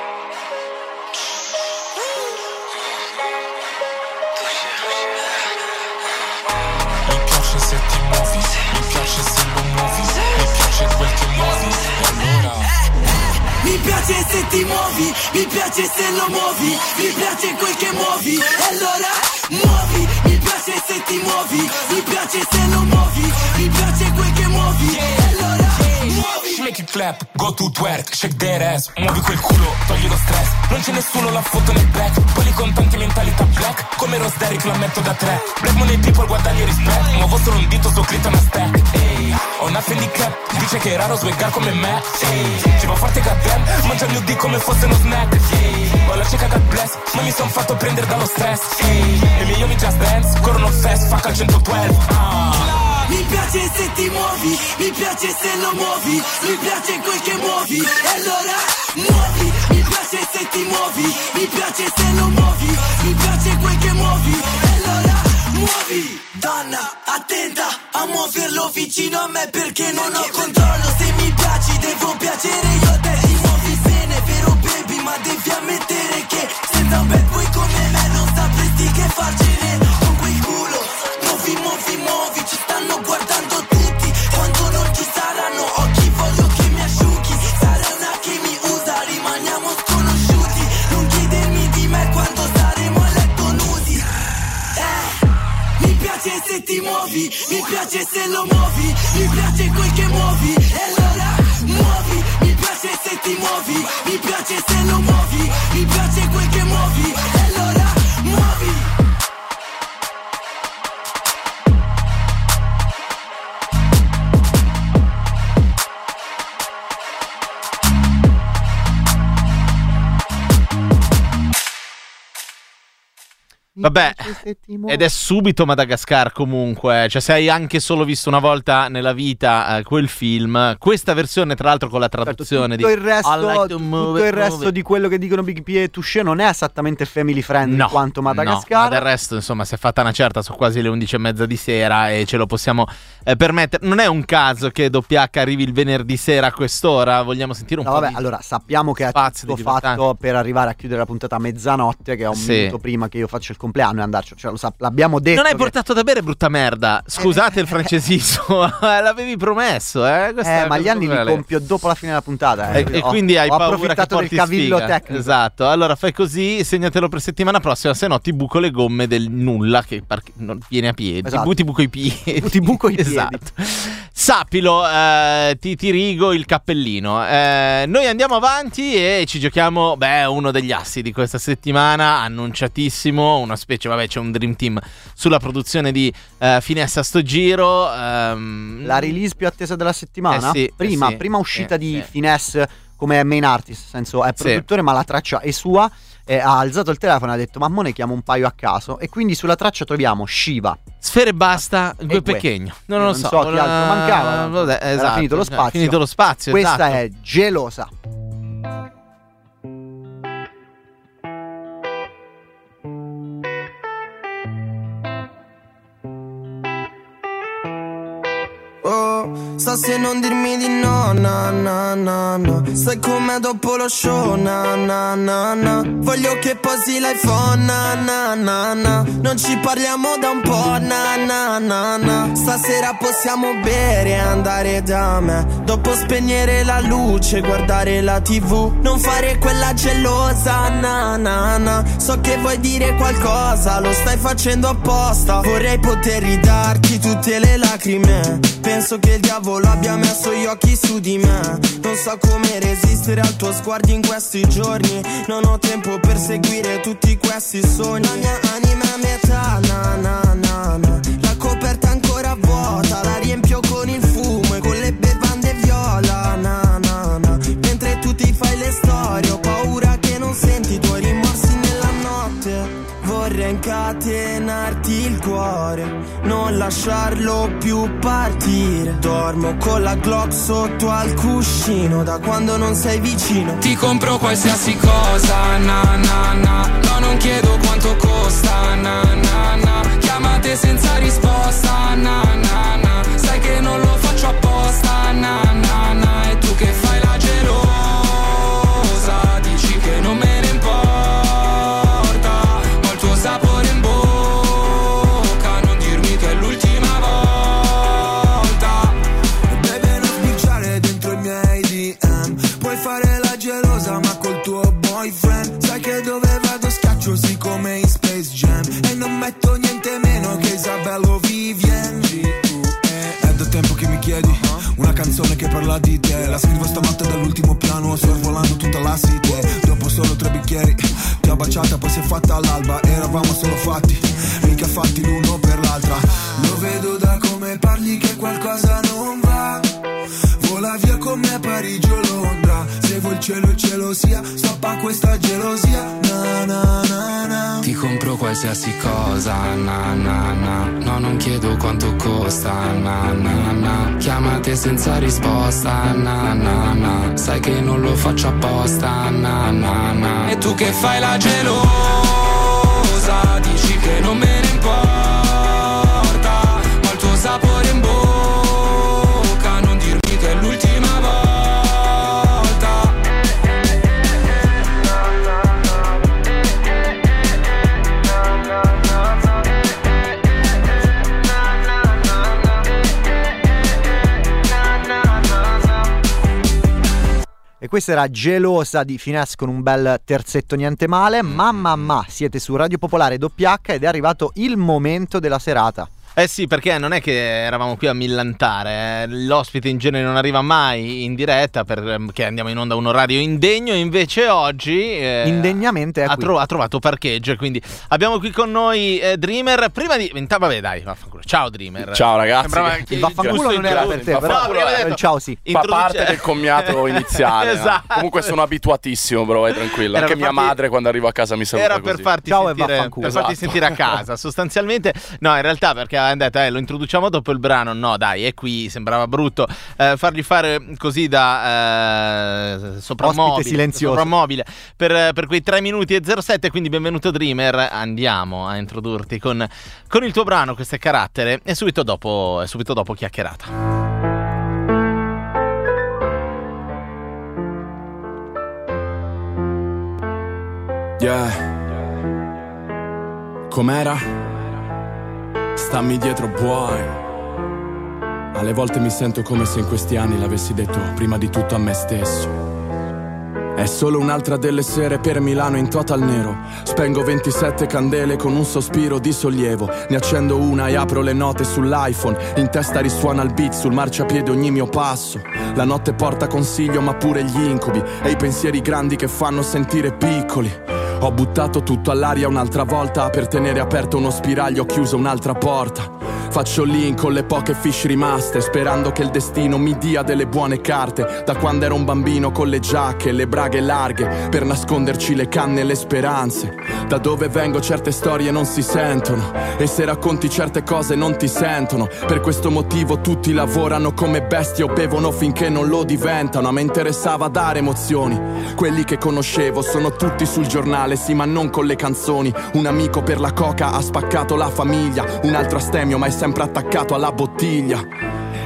[SPEAKER 14] Mi piace se ti muovi, mi piace se lo muovi, mi piace quel che muovi, e allora
[SPEAKER 15] Mi piace se ti muovi, mi piace se lo muovi, mi piace quel che muovi, e allora muovi, mi piace se ti muovi, mi piace se lo muovi, mi piace quel che muovi, e allora muovi.
[SPEAKER 14] Make it clap, go to twerk, shake that ass, muovi quel culo, togli lo stress, non c'è nessuno là foto nel black, quelli con tanti mentalità black, come Ross Derrick la metto da tre, black money people guadagni rispetto, muovo solo un dito, sto scritto una stack, ehi, ho una handicap, dice che è raro swaggar come me, ehi, ci va forte goddamn, mangia il mio dick come fosse uno snack, ehi, ho la cieca God bless, ma mi son fatto prendere dallo stress, ehi, e miei io mi just dance, corrono fast, fuck al centododici, ah.
[SPEAKER 15] Mi piace se ti muovi, mi piace se lo muovi, mi piace quel che muovi, e allora muovi, mi piace se ti muovi, mi piace se lo muovi, mi piace quel che muovi, e allora muovi. Donna, attenta a muoverlo vicino a me perché non ho controllo, se mi piaci devo piacere io a te, ti muovi bene, vero baby, ma devi ammettere che senza un bad boy come me non sapresti che farcene con quel culo. Muovi, muovi, muovi, ci stanno guardando tutti. Quando non ci saranno occhi voglio che mi asciughi. Sarai una che mi usa, rimaniamo sconosciuti. Non chiedermi di me quando saremo a letto nudi. Eh, mi piace se ti muovi, mi piace se lo muovi, mi piace quel che muovi, e allora muovi, mi piace se ti muovi, mi piace se lo muovi, mi piace quel che muovi, e allora muovi.
[SPEAKER 1] Vabbè, ed è subito Madagascar comunque, cioè se hai anche solo visto una volta nella vita eh, quel film, questa versione tra l'altro con la traduzione
[SPEAKER 2] tutto
[SPEAKER 1] di
[SPEAKER 2] il resto,
[SPEAKER 1] I like to
[SPEAKER 2] tutto
[SPEAKER 1] move it,
[SPEAKER 2] il resto
[SPEAKER 1] move it.
[SPEAKER 2] di quello che dicono Big P e Touché non è esattamente family friendly
[SPEAKER 1] No,
[SPEAKER 2] quanto
[SPEAKER 1] no,
[SPEAKER 2] Madagascar.
[SPEAKER 1] ma del resto insomma si è fatta una certa, sono quasi le undici e mezza di sera e ce lo possiamo eh, permettere. Non è un caso che W H arrivi il venerdì sera a quest'ora, vogliamo sentire un
[SPEAKER 2] No,
[SPEAKER 1] po'
[SPEAKER 2] vabbè,
[SPEAKER 1] di
[SPEAKER 2] allora sappiamo che è
[SPEAKER 1] spazio
[SPEAKER 2] tutto
[SPEAKER 1] di libertà.
[SPEAKER 2] fatto per arrivare a chiudere la puntata a mezzanotte, che è un
[SPEAKER 1] Sì.
[SPEAKER 2] minuto prima che io faccio il compleanno e andarci, cioè lo sap- l'abbiamo detto.
[SPEAKER 1] Non hai
[SPEAKER 2] che-
[SPEAKER 1] portato da bere, brutta merda. Scusate il francesismo, l'avevi promesso, eh? Questa
[SPEAKER 2] Eh,
[SPEAKER 1] è
[SPEAKER 2] ma gli anni li
[SPEAKER 1] quella-
[SPEAKER 2] compio dopo la fine della puntata. eh.
[SPEAKER 1] E, e
[SPEAKER 2] Ho-
[SPEAKER 1] quindi hai
[SPEAKER 2] ho
[SPEAKER 1] paura che
[SPEAKER 2] approfittato del
[SPEAKER 1] porti
[SPEAKER 2] cavillo
[SPEAKER 1] sfiga.
[SPEAKER 2] tecnico.
[SPEAKER 1] Esatto. Allora fai così, segnatelo per settimana prossima, se no ti buco le gomme del nulla che par- non viene a piedi.
[SPEAKER 2] Esatto.
[SPEAKER 1] Ti, bu- ti buco i piedi.
[SPEAKER 2] Ti buco i piedi.
[SPEAKER 1] Esatto. Sappilo, eh, ti, ti rigo il cappellino. Eh, noi andiamo avanti e ci giochiamo, beh, uno degli assi di questa settimana, annunciatissimo, una specie, vabbè, c'è un dream team sulla produzione di eh, Finesse a sto giro. ehm,
[SPEAKER 2] La release più attesa della settimana?
[SPEAKER 1] Eh sì,
[SPEAKER 2] prima,
[SPEAKER 1] eh sì,
[SPEAKER 2] prima uscita
[SPEAKER 1] eh
[SPEAKER 2] di
[SPEAKER 1] sì.
[SPEAKER 2] Finesse come main artist, nel senso è
[SPEAKER 1] Sì.
[SPEAKER 2] produttore ma la traccia è sua, e ha alzato il telefono e ha detto ma mo ne chiamo un paio a caso, e quindi sulla traccia troviamo Shiva,
[SPEAKER 1] Sfere basta, gue
[SPEAKER 2] Gue.
[SPEAKER 1] pechegno. Non
[SPEAKER 2] Io
[SPEAKER 1] lo
[SPEAKER 2] non
[SPEAKER 1] so.
[SPEAKER 2] so chi altro mancava,
[SPEAKER 1] Eh, vabbè,
[SPEAKER 2] era
[SPEAKER 1] esatto,
[SPEAKER 2] finito lo
[SPEAKER 1] cioè,
[SPEAKER 2] spazio.
[SPEAKER 1] finito lo spazio,
[SPEAKER 2] Questa
[SPEAKER 1] esatto.
[SPEAKER 2] è Gelosa.
[SPEAKER 9] Oh, no. Sa se non dirmi di no, na na na na. Sai com'è dopo lo show, na na na na. Voglio che posi l'iPhone, na na na na. Non ci parliamo da un po', na na na na. Stasera possiamo bere e andare da me. Dopo spegnere la luce, guardare la tivù. Non fare quella gelosa, na na na. So che vuoi dire qualcosa, lo stai facendo apposta. Vorrei poter ridarti tutte le lacrime. Penso che il diavolo abbia messo gli occhi su di me. Non so come resistere al tuo sguardo in questi giorni. Non ho tempo per seguire tutti questi sogni. La mia anima è a metà, na na na na. La coperta ancora vuota, la riempio con il fumo e con le bevande viola, na na na. Mentre tu ti fai le storie, ho paura che non senti i tuoi rimorsi nella notte. Vorrei incatenarti il cuore, non lasciarlo più partire. Dormo con la Glock sotto al cuscino, da quando non sei vicino.
[SPEAKER 14] Ti compro qualsiasi cosa, na na na. No, non chiedo quanto costa, na na na. Chiamate senza risposta, na na na. Sai che non lo faccio apposta, na na na. E tu che fai la gelosa, dici che non me ne importa. Ho il tuo sapore in bocca, non dirmi che è l'ultima volta.
[SPEAKER 9] Bebe, non spicciare dentro i miei D M. Puoi fare la gelosa ma col tuo boyfriend. Sai che dove vado schiaccio sì come in Space Jam. E non metto niente meno che Isabello Vivien. È da tempo che mi chiedi una canzone che parla di te. La scrivo stamattina dall'ultimo piano, sorvolando tutta la city. Dopo solo tre bicchieri ti ho baciata, poi si è fatta all'alba. Eravamo solo fatti, mica fatti l'uno per l'altra. Lo vedo da come parli che qualcosa non va. Vola via con me a Parigi o Londra. Se vuoi il cielo il cielo sia, stoppa questa gelosia, na na na na.
[SPEAKER 14] Ti compro qualsiasi cosa, na na na. No, non chiedo quanto costa, na na na. Chiamate senza risposta, na na na. Sai che non lo faccio apposta, na na na. E tu che fai la gelosa, dici che non me ne importa. Ho il tuo sapore in bocca, non dirmi che è l'ultima volta.
[SPEAKER 2] E questa era Gelosa di Finesse con un bel terzetto niente male. Mamma ma, siete su Radio Popolare W H ed è arrivato il momento della serata.
[SPEAKER 1] Eh sì, perché non è che eravamo qui a millantare, eh. L'ospite in genere non arriva mai in diretta perché andiamo in onda a un orario indegno, invece oggi eh,
[SPEAKER 2] indegnamente è
[SPEAKER 1] ha,
[SPEAKER 2] qui.
[SPEAKER 1] tro- ha trovato parcheggio e quindi abbiamo qui con noi eh, Dreamer. Prima di... Vabbè dai, vaffanculo. Ciao Dreamer.
[SPEAKER 16] Ciao ragazzi.
[SPEAKER 2] Che... Il vaffanculo non era per te, però
[SPEAKER 1] detto,
[SPEAKER 2] il ciao sì.
[SPEAKER 16] Fa parte del commiato iniziale.
[SPEAKER 1] Esatto.
[SPEAKER 16] No? Comunque sono abituatissimo, bro, vai tranquillo.
[SPEAKER 1] Era
[SPEAKER 16] Anche mia
[SPEAKER 1] farti...
[SPEAKER 16] madre quando arriva a casa mi saluta
[SPEAKER 1] Era
[SPEAKER 16] così.
[SPEAKER 1] per farti,
[SPEAKER 2] ciao
[SPEAKER 1] sentire,
[SPEAKER 2] e vaffanculo.
[SPEAKER 1] per farti
[SPEAKER 16] Esatto.
[SPEAKER 1] sentire a casa, sostanzialmente. No, in realtà perché avevamo detto, eh, lo introduciamo dopo il brano. No, dai, è qui, sembrava brutto eh, fargli fare così da eh, soprammobile,
[SPEAKER 2] silenzioso.
[SPEAKER 1] soprammobile per, per quei tre minuti e zero sette. Quindi benvenuto Dreamer, andiamo a introdurti con, con il tuo brano, questo è Carattere, e subito dopo, e subito dopo chiacchierata.
[SPEAKER 17] Yeah. Com'era? Stammi dietro, buoi. Alle volte mi sento come se in questi anni l'avessi detto prima di tutto a me stesso. È solo un'altra delle sere per Milano in total nero. Spengo ventisette candele con un sospiro di sollievo. Ne accendo una e apro le note sull'iPhone. In testa risuona il beat, sul marciapiede ogni mio passo. La notte porta consiglio ma pure gli incubi e i pensieri grandi che fanno sentire piccoli. Ho buttato tutto all'aria un'altra volta per tenere aperto uno spiraglio, ho chiuso un'altra porta. Faccio link con le poche fish rimaste, sperando che il destino mi dia delle buone carte. Da quando ero un bambino con le giacche e le braghe larghe per nasconderci le canne e le speranze. Da dove vengo certe storie non si sentono e se racconti certe cose non ti sentono. Per questo motivo tutti lavorano come bestie o bevono finché non lo diventano. A me interessava dare emozioni, quelli che conoscevo sono tutti sul giornale. Sì ma non con le canzoni. Un amico per la coca ha spaccato la famiglia, un altro astemio ma è sempre attaccato alla bottiglia.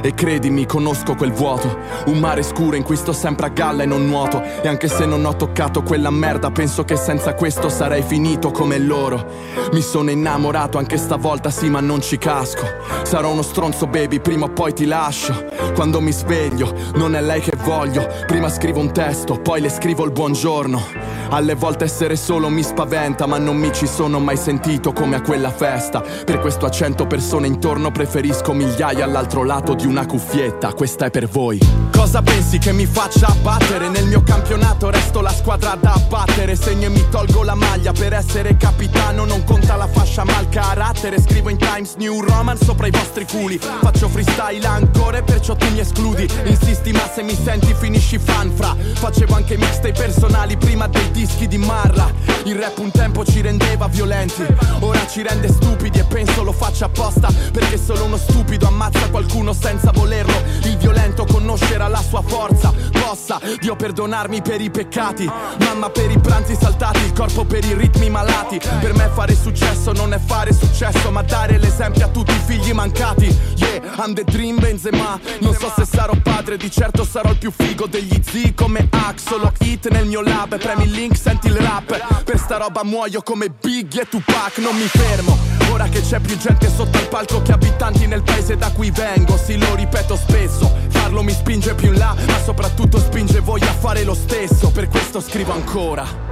[SPEAKER 17] E credimi, conosco quel vuoto, un mare scuro in cui sto sempre a galla e non nuoto. E anche se non ho toccato quella merda, penso che senza questo sarei finito come loro. Mi sono innamorato anche stavolta, sì, ma non ci casco. Sarò uno stronzo baby, prima o poi ti lascio. Quando mi sveglio, non è lei che voglio. Prima scrivo un testo, poi le scrivo il buongiorno. Alle volte essere solo mi spaventa, ma non mi ci sono mai sentito come a quella festa. Per questo a cento persone intorno preferisco migliaia all'altro lato di una cuffietta. Questa è per voi. Cosa pensi che mi faccia abbattere? Nel mio campionato resto la squadra da abbattere. Segno e mi tolgo la maglia per essere capitano. Non conta la fascia ma il carattere. Scrivo in Times New Roman sopra i vostri culi. Faccio freestyle ancora e perciò tu mi escludi. Insisti ma se mi senti finisci fanfra. Facevo anche mixtape personali prima dei dischi di Marla. Il rap un tempo ci rendeva violenti, ora ci rende stupidi e penso lo faccia apposta. Perché solo uno stupido ammazza qualcuno senza volerlo. Il violento conoscerà la sua forza. Possa Dio perdonarmi per i peccati, mamma per i pranzi saltati, il corpo per i ritmi malati. Per me fare successo non è fare successo, ma dare l'esempio a tutti i figli mancati. Yeah, I'm the dream Benzema. Non so se sarò padre, di certo sarò il più figo degli zii come Axe. Solo hit nel mio lab, premi il link, senti il rap. Per sta roba muoio come Biggie e Tupac. Non mi fermo, ora che c'è più gente sotto il palco che abitanti nel paese da cui vengo. Sì, lo ripeto spesso, farlo mi spinge più in là, ma soprattutto spinge voi a fare lo stesso. Per questo scrivo ancora.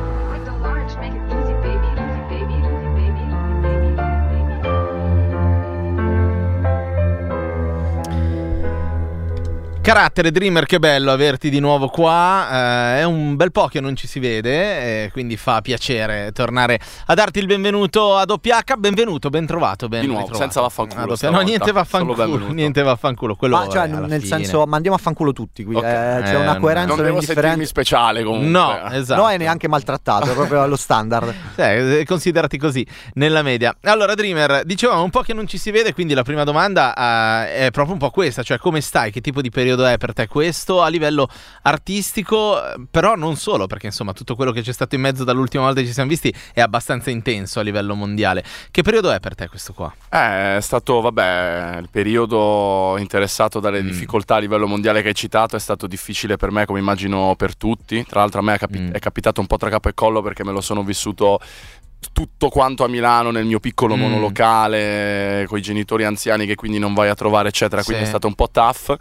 [SPEAKER 1] Carattere, Dreamer, che bello averti di nuovo qua, eh, è un bel po' che non ci si vede, eh, quindi fa piacere tornare a darti il benvenuto a doppia acca. Benvenuto, ben trovato, ben
[SPEAKER 16] di nuovo,
[SPEAKER 1] ritrovato.
[SPEAKER 16] Senza vaffanculo.
[SPEAKER 1] No, niente vaffanculo, niente vaffanculo. Quello
[SPEAKER 2] ma cioè, nel fine. senso, mandiamo a fanculo tutti qui, okay. eh, c'è una coerenza,
[SPEAKER 16] non devo sentirmi speciale comunque.
[SPEAKER 1] No, esatto.
[SPEAKER 2] No, è neanche maltrattato, è proprio allo standard.
[SPEAKER 1] Eh, considerati così, nella media. Allora, Dreamer, dicevamo un po' che non ci si vede, quindi la prima domanda uh, è proprio un po' questa, cioè come stai, che tipo di periodo è per te questo a livello artistico, però non solo, perché insomma tutto quello che c'è stato in mezzo dall'ultima volta che ci siamo visti è abbastanza intenso a livello mondiale. Che periodo è per te questo qua?
[SPEAKER 16] Eh, è stato, vabbè, il periodo interessato dalle mm. difficoltà a livello mondiale che hai citato. È stato difficile per me, come immagino per tutti. Tra l'altro a me è, capi- mm. è capitato un po' tra capo e collo, perché me lo sono vissuto tutto quanto a Milano nel mio piccolo mm. monolocale con i genitori anziani che quindi non vai a trovare eccetera, quindi sì. È stato un po' tough,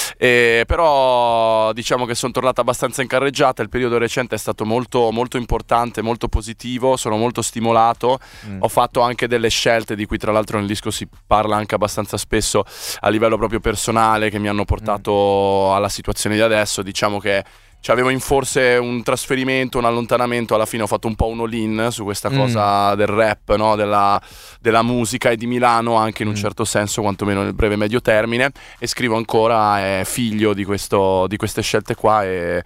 [SPEAKER 16] e, però diciamo che sono tornata abbastanza in carreggiata. Il periodo recente è stato molto, molto importante, molto positivo, sono molto stimolato, mm. ho fatto anche delle scelte di cui tra l'altro nel disco si parla anche abbastanza spesso a livello proprio personale, che mi hanno portato mm. alla situazione di adesso. Diciamo che avevo in forse un trasferimento, un allontanamento, alla fine ho fatto un po' un all-in su questa cosa mm. del rap, no? della, della musica e di Milano anche in un mm. certo senso, quantomeno nel breve medio termine, e scrivo ancora, è figlio di, questo, di queste scelte qua, e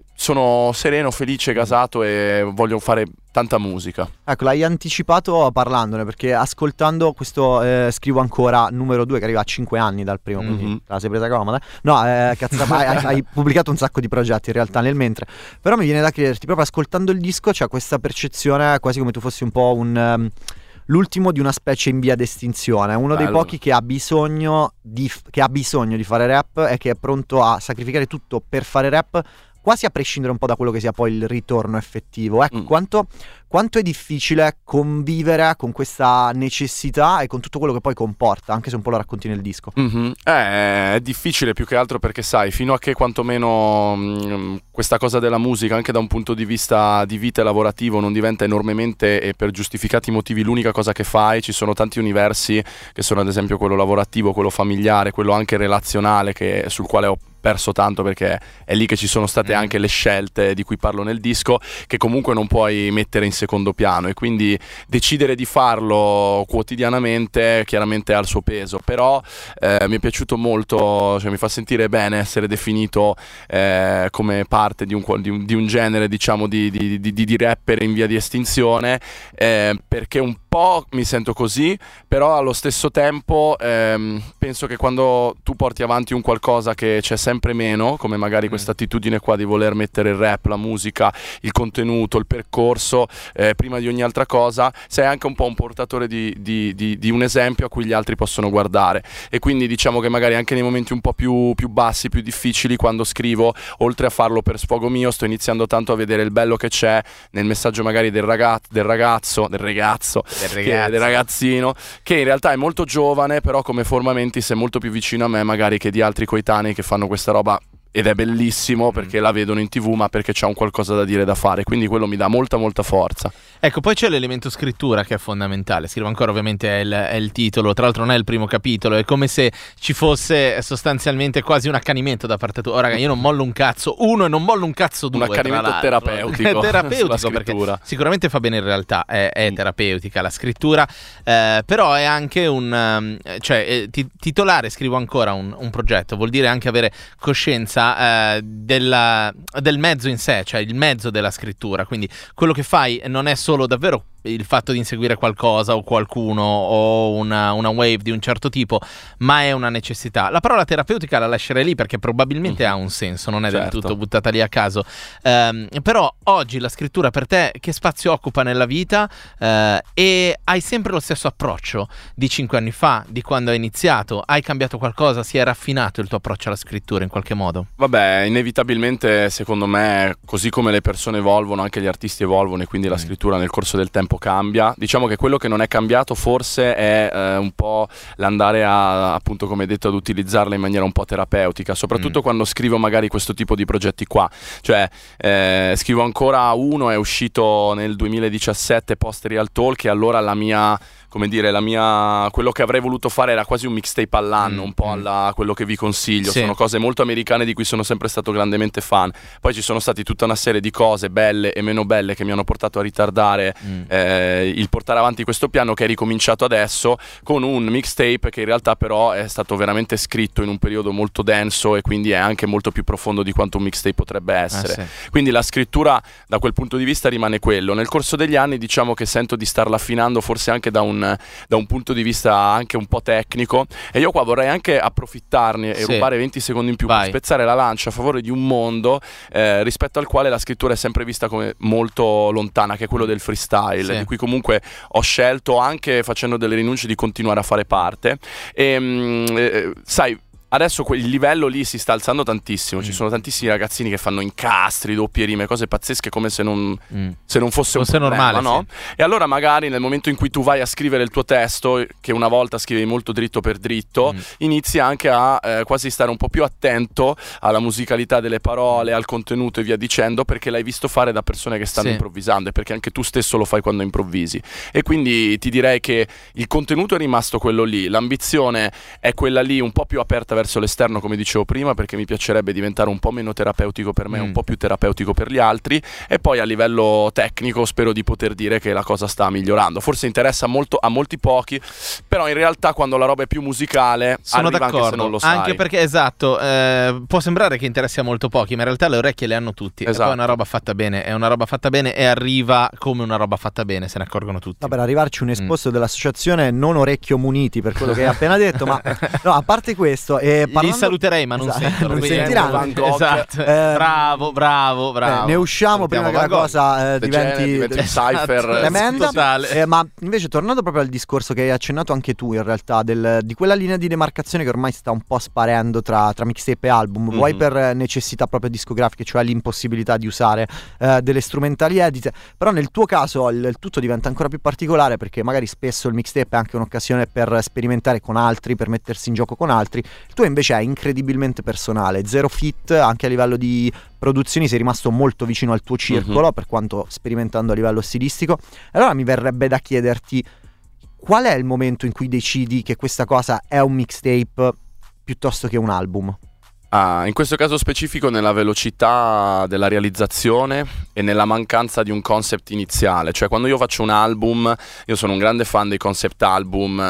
[SPEAKER 16] sono sereno, felice, gasato e voglio fare tanta musica.
[SPEAKER 2] Ecco, l'hai anticipato parlandone, perché ascoltando questo eh, Scrivo ancora numero due, che arriva a cinque anni dal primo, quindi mm-hmm. te la sei presa comoda. No, eh, cazzo, hai, hai pubblicato un sacco di progetti in realtà nel mentre, però mi viene da chiederti, proprio ascoltando il disco c'è questa percezione quasi come tu fossi un po' un... Um, l'ultimo di una specie in via d'estinzione, uno Bello. dei pochi che ha bisogno di, che ha bisogno di fare rap e che è pronto a sacrificare tutto per fare rap, quasi a prescindere un po' da quello che sia poi il ritorno effettivo. Ecco, mm. quanto, quanto è difficile convivere con questa necessità e con tutto quello che poi comporta, anche se un po' lo racconti nel disco.
[SPEAKER 16] Mm-hmm. Eh, è difficile più che altro perché sai, fino a che quantomeno mh, questa cosa della musica, anche da un punto di vista di vita e lavorativo, non diventa enormemente e per giustificati motivi l'unica cosa che fai, ci sono tanti universi che sono ad esempio quello lavorativo, quello familiare, quello anche relazionale, che, sul quale ho perso tanto, perché è lì che ci sono state anche le scelte di cui parlo nel disco, che comunque non puoi mettere in secondo piano, e quindi decidere di farlo quotidianamente chiaramente ha il suo peso. Però eh, mi è piaciuto molto, cioè mi fa sentire bene essere definito eh, come parte di un, di un, di un genere, diciamo, di, di, di, di rapper in via di estinzione, eh, perché un po' mi sento così, però allo stesso tempo ehm, penso che quando tu porti avanti un qualcosa che c'è sempre meno, come magari mm. questa attitudine qua di voler mettere il rap, la musica, il contenuto, il percorso eh, prima di ogni altra cosa, sei anche un po' un portatore di, di, di, di un esempio a cui gli altri possono guardare, e quindi diciamo che magari anche nei momenti un po' più, più bassi, più difficili, quando scrivo, oltre a farlo per sfogo mio, sto iniziando tanto a vedere il bello che c'è nel messaggio magari del ragazzo, del ragazzo, del ragazzo Del, che, del ragazzino, che in realtà è molto giovane, però come forma mentis è molto più vicino a me magari che di altri coetanei che fanno questa roba, ed è bellissimo perché mm. la vedono in tv, ma perché c'ha un qualcosa da dire, da fare, quindi quello mi dà molta molta forza.
[SPEAKER 1] Ecco, poi c'è l'elemento scrittura che è fondamentale. Scrivo ancora, ovviamente è il, è il titolo, tra l'altro non è il primo capitolo, è come se ci fosse sostanzialmente quasi un accanimento da parte tua. Oh raga, io non mollo un cazzo uno e non mollo un cazzo due.
[SPEAKER 16] Un accanimento terapeutico.
[SPEAKER 1] È terapeutico perché sicuramente fa bene in realtà, è, è terapeutica la scrittura, eh, però è anche un um, cioè eh, ti, titolare scrivo ancora un, un progetto, vuol dire anche avere coscienza Uh, della, del mezzo in sé, cioè il mezzo della scrittura, quindi quello che fai non è solo davvero il fatto di inseguire qualcosa o qualcuno o una, una wave di un certo tipo, ma è una necessità. La parola terapeutica la lascerei lì perché probabilmente mm-hmm. ha un senso, non è certo. del tutto buttata lì a caso, um, però oggi la scrittura per te che spazio occupa nella vita, uh, e hai sempre lo stesso approccio di cinque anni fa, di quando hai iniziato? Hai cambiato qualcosa? Si è raffinato il tuo approccio alla scrittura in qualche modo?
[SPEAKER 16] Vabbè, inevitabilmente secondo me, così come le persone evolvono, anche gli artisti evolvono, e quindi mm. la scrittura nel corso del tempo cambia. Diciamo che quello che non è cambiato forse è eh, un po' l'andare a, appunto come detto, ad utilizzarla in maniera un po' terapeutica, soprattutto mm. quando scrivo magari questo tipo di progetti qua, cioè eh, scrivo ancora uno, è uscito nel duemiladiciassette, Post Real Talk, e allora la mia, come dire, la mia, quello che avrei voluto fare era quasi un mixtape all'anno, mm. un po' alla quello che vi consiglio, sì. sono cose molto americane di cui sono sempre stato grandemente fan. Poi ci sono stati tutta una serie di cose belle e meno belle che mi hanno portato a ritardare mm. eh, il portare avanti questo piano, che è ricominciato adesso con un mixtape che in realtà però è stato veramente scritto in un periodo molto denso, e quindi è anche molto più profondo di quanto un mixtape potrebbe essere. Eh, sì. Quindi la scrittura da quel punto di vista rimane quello. Nel corso degli anni diciamo che sento di starla affinando forse anche da un, da un punto di vista anche un po' tecnico, e io qua vorrei anche approfittarne e sì. rubare venti secondi in più Vai. per spezzare la lancia a favore di un mondo eh, rispetto al quale la scrittura è sempre vista come molto lontana, che è quello del freestyle, sì. di cui comunque ho scelto, anche facendo delle rinunce, di continuare a fare parte. E mh, eh, sai, adesso quel livello lì si sta alzando tantissimo, mm. ci sono tantissimi ragazzini che fanno incastri, doppie rime, cose pazzesche, come se non, mm. se non fosse, fosse un problema, normale, no? Sì. E allora magari nel momento in cui tu vai a scrivere il tuo testo, che una volta scrivevi molto dritto per dritto, mm. inizi anche a eh, quasi stare un po' più attento alla musicalità delle parole, al contenuto e via dicendo, perché l'hai visto fare da persone che stanno sì. improvvisando, e perché anche tu stesso lo fai quando improvvisi. E quindi ti direi che il contenuto è rimasto quello lì, l'ambizione è quella lì, un po' più aperta verso l'esterno, come dicevo prima, perché mi piacerebbe diventare un po' meno terapeutico per me, mm. un po' più terapeutico per gli altri, e poi a livello tecnico spero di poter dire che la cosa sta migliorando. Forse interessa molto a molti pochi, però in realtà quando la roba è più musicale
[SPEAKER 1] sono
[SPEAKER 16] arriva
[SPEAKER 1] d'accordo,
[SPEAKER 16] anche se non lo sai.
[SPEAKER 1] Anche perché, esatto, eh, può sembrare che interessi a molto pochi, ma in realtà le orecchie le hanno tutti. Esatto. E poi è una roba fatta bene, è una roba fatta bene e arriva come una roba fatta bene, se ne accorgono tutti.
[SPEAKER 2] No, per arrivarci un esposto mm. dell'associazione Non Orecchio Muniti, per quello che hai appena detto, ma no, a parte questo, eh, parlando...
[SPEAKER 1] li saluterei ma non
[SPEAKER 2] esatto,
[SPEAKER 1] sentono,
[SPEAKER 2] non sentiranno.
[SPEAKER 1] Esatto. Eh, bravo, bravo, bravo.
[SPEAKER 2] Eh, ne usciamo prima che la cosa eh, diventi,
[SPEAKER 16] diventi cipher
[SPEAKER 2] tremenda. Eh, ma invece tornando proprio al discorso che hai accennato anche tu in realtà, del, di quella linea di demarcazione che ormai sta un po' sparendo tra, tra mixtape e album, mm-hmm. vuoi per necessità proprio discografiche, cioè l'impossibilità di usare eh, delle strumentali edite, però nel tuo caso il, il tutto diventa ancora più particolare, perché magari spesso il mixtape è anche un'occasione per sperimentare con altri, per mettersi in gioco con altri. Il tuo invece è incredibilmente personale, zero fit, anche a livello di produzioni sei rimasto molto vicino al tuo circolo, mm-hmm. per quanto sperimentando a livello stilistico. Allora mi verrebbe da chiederti, qual è il momento in cui decidi che questa cosa è un mixtape piuttosto che un album?
[SPEAKER 16] Ah, in questo caso specifico nella velocità della realizzazione e nella mancanza di un concept iniziale. Cioè quando io faccio un album, io sono un grande fan dei concept album,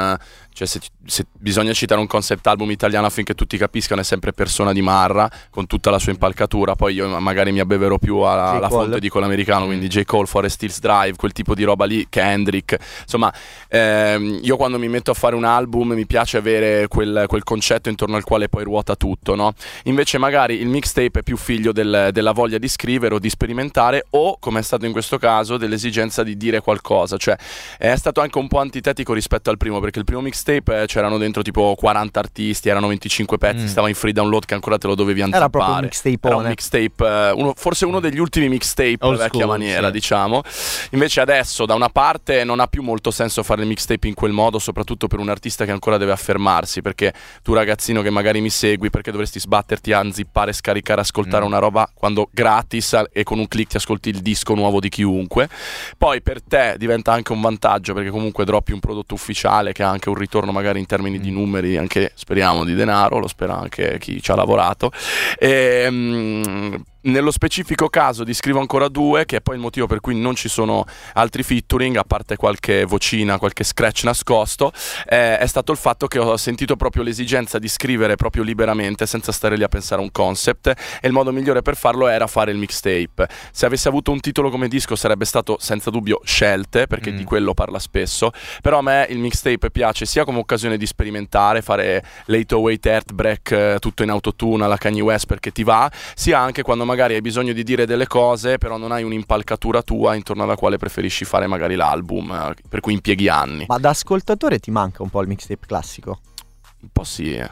[SPEAKER 16] cioè se, se bisogna citare un concept album italiano affinché tutti capiscano, è sempre Persona di Marra, con tutta la sua impalcatura. Poi io magari mi abbeverò più alla, alla fonte di quell'americano, quindi J. Cole, Forest Hills Drive, quel tipo di roba lì, Kendrick, insomma ehm, io quando mi metto a fare un album mi piace avere quel, quel concetto intorno al quale poi ruota tutto, no? Invece magari il mixtape è più figlio del, della voglia di scrivere o di sperimentare, o come è stato in questo caso dell'esigenza di dire qualcosa. Cioè è stato anche un po' antitetico rispetto al primo, perché il primo mixtape eh, c'erano dentro tipo quaranta artisti, erano venticinque pezzi, mm. stava in free download che ancora te lo dovevi anticipare. Era proprio un mixtape, era un mixtape eh, uno, forse uno degli ultimi mixtape Old vecchia school, maniera, sì. diciamo. Invece adesso da una parte non ha più molto senso fare il mixtape in quel modo, soprattutto per un artista che ancora deve affermarsi, perché tu ragazzino che magari mi segui, perché dovresti sbatterti a zippare, scaricare, ascoltare mm. una roba quando gratis e con un click ti ascolti il disco nuovo di chiunque. Poi per te diventa anche un vantaggio, perché comunque droppi un prodotto ufficiale che ha anche un ritorno magari in termini di numeri, anche speriamo di denaro, lo spera anche chi ci ha lavorato. E, um, nello specifico caso di Scrivo Ancora Due, che è poi il motivo per cui non ci sono altri featuring, a parte qualche vocina, qualche scratch nascosto, eh, è stato il fatto che ho sentito proprio l'esigenza di scrivere proprio liberamente, senza stare lì a pensare a un concept, e il modo migliore per farlo era fare il mixtape. Se avessi avuto un titolo come disco sarebbe stato senza dubbio Scelte, perché mm. di quello parla spesso, però a me il mixtape piace sia come occasione di sperimentare, fare Late oh eight Heartbreak eh, tutto in autotune alla Kanye West perché ti va, sia anche quando magari hai bisogno di dire delle cose però non hai un'impalcatura tua intorno alla quale preferisci fare magari l'album, eh, per cui impieghi anni.
[SPEAKER 2] Ma da ascoltatore ti manca un po' il mixtape classico?
[SPEAKER 16] Un po' sì, eh.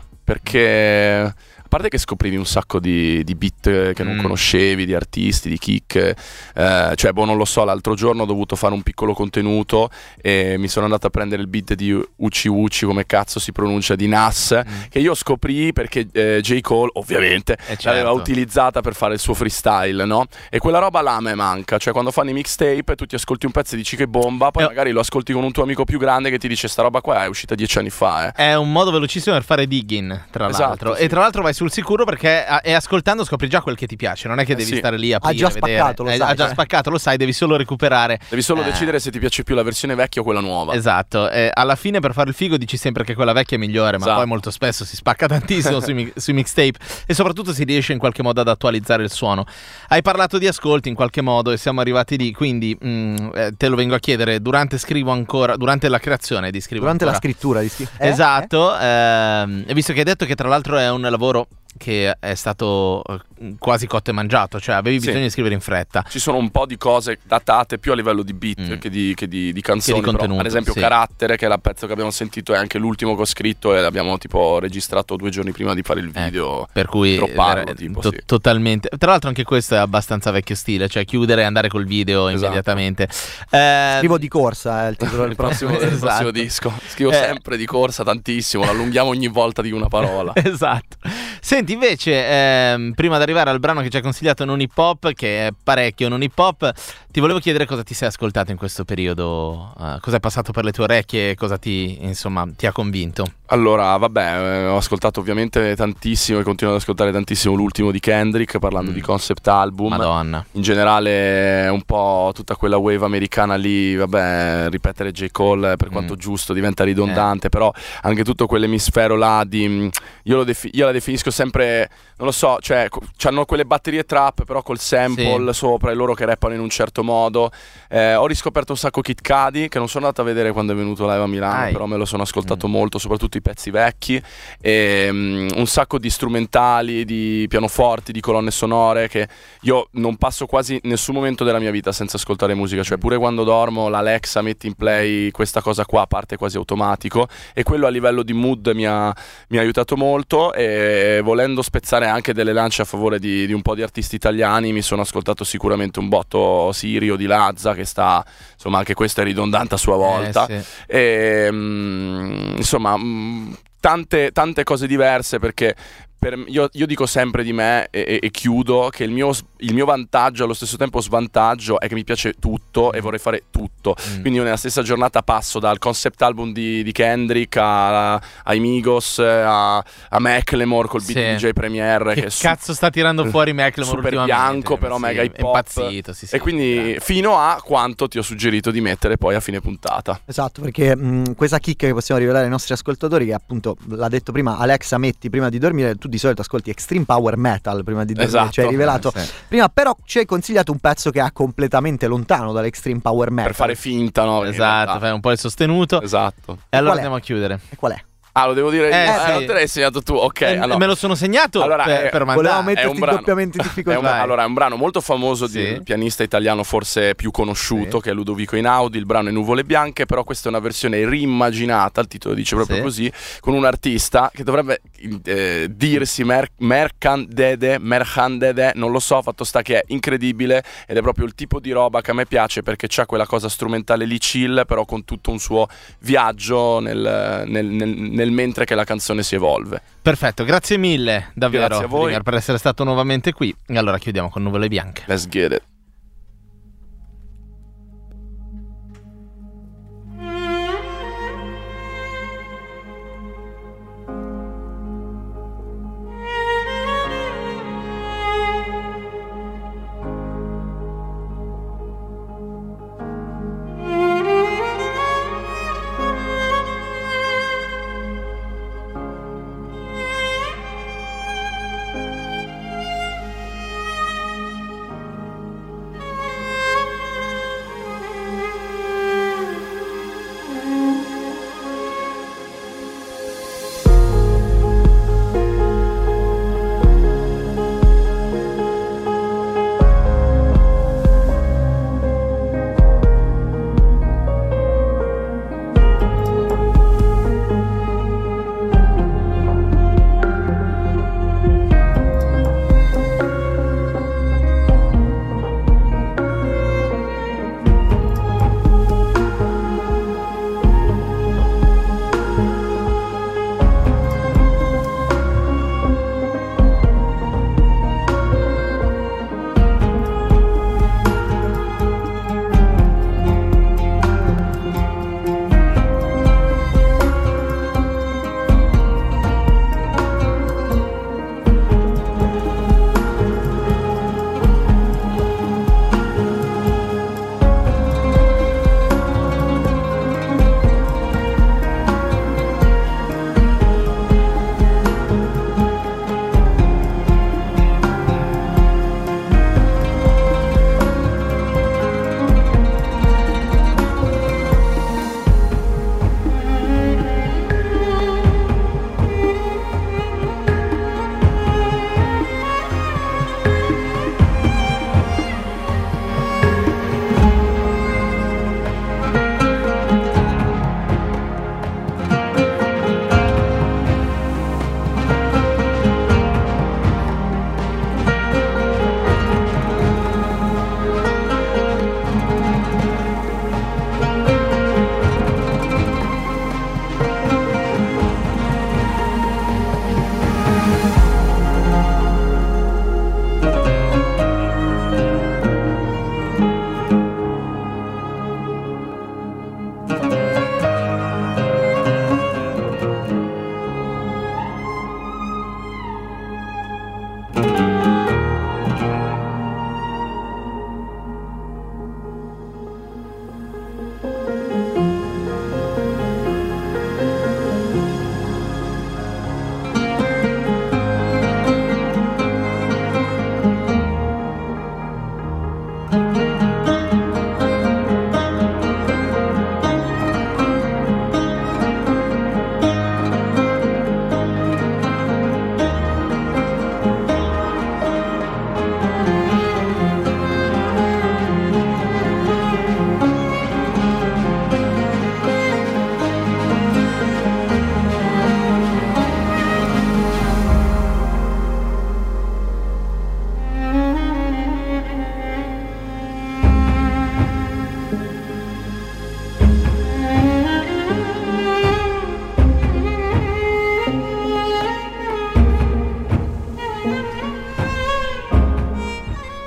[SPEAKER 16] Perché a parte che scoprivi un sacco di, di beat che non mm. conoscevi, di artisti, di kick, eh, cioè boh non lo so, l'altro giorno ho dovuto fare un piccolo contenuto e mi sono andato a prendere il beat di Uchi Uchi, come cazzo si pronuncia, di Nas, mm. che io scoprì perché eh, J. Cole ovviamente eh certo. l'aveva utilizzata per fare il suo freestyle, no? E quella roba là a me manca, cioè quando fanno i mixtape tu ti ascolti un pezzo e dici che bomba, poi eh. magari lo ascolti con un tuo amico più grande che ti dice sta roba qua è uscita dieci anni fa, eh.
[SPEAKER 1] È un modo velocissimo per fare digging, tra
[SPEAKER 16] esatto,
[SPEAKER 1] l'altro,
[SPEAKER 16] sì.
[SPEAKER 1] e tra l'altro vai sul sicuro perché e ascoltando scopri già quel che ti piace, non è che devi
[SPEAKER 16] eh sì.
[SPEAKER 1] stare lì a aprire,
[SPEAKER 2] ha già spaccato,
[SPEAKER 1] vedere.
[SPEAKER 2] lo sai,
[SPEAKER 1] ha già
[SPEAKER 2] eh.
[SPEAKER 1] spaccato, lo sai, devi solo recuperare,
[SPEAKER 16] devi solo
[SPEAKER 1] eh.
[SPEAKER 16] decidere se ti piace più la versione vecchia o quella nuova.
[SPEAKER 1] Esatto, eh, alla fine per fare il figo dici sempre che quella vecchia è migliore, ma
[SPEAKER 16] esatto.
[SPEAKER 1] poi molto spesso si spacca tantissimo sui, sui mixtape e soprattutto si riesce in qualche modo ad attualizzare il suono. Hai parlato di ascolti in qualche modo e siamo arrivati lì, quindi mh, eh, te lo vengo a chiedere durante Scrivo Ancora, durante la creazione di Scrivo
[SPEAKER 2] durante
[SPEAKER 1] Ancora.
[SPEAKER 2] la scrittura di Scrivo eh?
[SPEAKER 1] Esatto, eh? Ehm, e visto che hai detto che tra l'altro è un lavoro che è stato quasi cotto e mangiato, cioè avevi bisogno sì. di scrivere in fretta.
[SPEAKER 16] Ci sono un po' di cose datate più a livello di beat mm. che, di, che di, di canzoni,
[SPEAKER 1] che di
[SPEAKER 16] però, ad esempio
[SPEAKER 1] sì.
[SPEAKER 16] Carattere, che è il pezzo che abbiamo sentito, è anche l'ultimo che ho scritto e l'abbiamo tipo registrato due giorni prima di fare il video,
[SPEAKER 1] eh, per cui
[SPEAKER 16] dropparlo,
[SPEAKER 1] eh,
[SPEAKER 16] tipo,
[SPEAKER 1] to-
[SPEAKER 16] sì.
[SPEAKER 1] totalmente. Tra l'altro anche questo è abbastanza vecchio stile, cioè chiudere e andare col video esatto. immediatamente.
[SPEAKER 2] eh, Scrivo di corsa è il titolo del prossimo,
[SPEAKER 16] prossimo,
[SPEAKER 2] esatto.
[SPEAKER 16] prossimo disco. Scrivo
[SPEAKER 1] eh.
[SPEAKER 16] sempre di corsa tantissimo, lo allunghiamo ogni volta di una parola.
[SPEAKER 1] Esatto. Senti invece ehm, prima di arrivare al brano che ci ha consigliato non hip hop, che è parecchio non hip hop, ti volevo chiedere cosa ti sei ascoltato in questo periodo, uh, cosa è passato per le tue orecchie e cosa ti, insomma, ti ha convinto.
[SPEAKER 16] Allora, vabbè, eh, ho ascoltato ovviamente tantissimo e continuo ad ascoltare tantissimo l'ultimo di Kendrick, parlando mm. di concept album.
[SPEAKER 1] Madonna.
[SPEAKER 16] In generale un po' tutta quella wave americana lì, vabbè, ripetere J. Cole per quanto mm. giusto diventa ridondante, eh. però anche tutto quell'emisfero là di... Io, lo defi- io la definisco sempre, non lo so, cioè c'hanno quelle batterie trap però col sample sì. sopra e loro che rappano in un certo modo. Eh, ho riscoperto un sacco Kid Cudi, che non sono andato a vedere quando è venuto live a Milano, Ai. però me lo sono ascoltato mm. molto, soprattutto i pezzi vecchi, e um, un sacco di strumentali, di pianoforti, di colonne sonore, che io non passo quasi nessun momento della mia vita senza ascoltare musica, cioè pure quando dormo l'Alexa mette in play questa cosa qua, parte quasi automatico, e quello a livello di mood mi ha, mi ha aiutato molto. E volendo spezzare anche delle lance a favore di, di un po' di artisti italiani, mi sono ascoltato sicuramente un botto Sirio di Lazza, che sta, insomma, anche questo è ridondante a sua volta,
[SPEAKER 1] eh, sì.
[SPEAKER 16] e um, insomma um, Tante, tante cose diverse, perché per, io, io dico sempre di me e, e, e chiudo che il mio, il mio vantaggio allo stesso tempo svantaggio è che mi piace tutto e vorrei fare tutto. Mm. Quindi io nella stessa giornata passo dal concept album di, di Kendrick a, a, ai Migos a, a Macklemore col beat
[SPEAKER 1] sì.
[SPEAKER 16] di D J Premier.
[SPEAKER 1] Che,
[SPEAKER 16] che
[SPEAKER 1] cazzo
[SPEAKER 16] su-
[SPEAKER 1] sta tirando fuori Macklemore
[SPEAKER 16] super bianco però
[SPEAKER 1] sì,
[SPEAKER 16] mega hip
[SPEAKER 1] è
[SPEAKER 16] hop
[SPEAKER 1] impazzito, sì, sì,
[SPEAKER 16] e quindi
[SPEAKER 1] grande.
[SPEAKER 16] Fino a quanto ti ho suggerito di mettere poi a fine puntata.
[SPEAKER 2] Esatto, perché mh, questa chicca che possiamo rivelare ai nostri ascoltatori, che appunto l'ha detto prima Alexa, metti prima di dormire, tu di solito ascolti Extreme Power Metal prima di dormire,
[SPEAKER 16] esatto.
[SPEAKER 2] ci hai rivelato
[SPEAKER 1] eh, sì.
[SPEAKER 2] prima, però ci hai consigliato un pezzo che è completamente lontano dall'Extreme Power Metal.
[SPEAKER 16] Per fare finta, no?
[SPEAKER 1] Esatto, fai un po' il sostenuto.
[SPEAKER 16] Esatto.
[SPEAKER 1] E allora
[SPEAKER 2] qual è?
[SPEAKER 1] andiamo a chiudere.
[SPEAKER 2] E qual è?
[SPEAKER 16] Ah, lo devo dire
[SPEAKER 1] Eh,
[SPEAKER 16] io?
[SPEAKER 1] sì.
[SPEAKER 16] Eh, non te l'hai segnato tu, ok.
[SPEAKER 1] Eh,
[SPEAKER 16] allora.
[SPEAKER 1] Me lo sono segnato
[SPEAKER 16] Allora,
[SPEAKER 1] per,
[SPEAKER 16] eh,
[SPEAKER 1] per
[SPEAKER 2] Volevamo
[SPEAKER 1] mandare.
[SPEAKER 2] metterti
[SPEAKER 16] un brano.
[SPEAKER 2] doppiamente in
[SPEAKER 16] È
[SPEAKER 2] difficoltà.
[SPEAKER 16] un, allora, è un brano molto famoso
[SPEAKER 1] Sì.
[SPEAKER 16] del pianista italiano forse più conosciuto,
[SPEAKER 1] Sì.
[SPEAKER 16] che è Ludovico Einaudi. Il brano è Nuvole Bianche, però questa è una versione rimmaginata, il titolo dice proprio
[SPEAKER 1] Sì.
[SPEAKER 16] così, con un artista che dovrebbe eh, dirsi Mer- Mercandede, Mercandede, non lo so, fatto sta che è incredibile ed è proprio il tipo di roba che a me piace, perché c'ha quella cosa strumentale lì chill, però con tutto un suo viaggio nel, nel, nel, nel mentre che la canzone si evolve.
[SPEAKER 1] Perfetto, grazie mille davvero
[SPEAKER 16] Grazie a voi.
[SPEAKER 1] Rigar, per essere stato nuovamente qui. E allora chiudiamo con Nuvole Bianche.
[SPEAKER 16] Let's get it.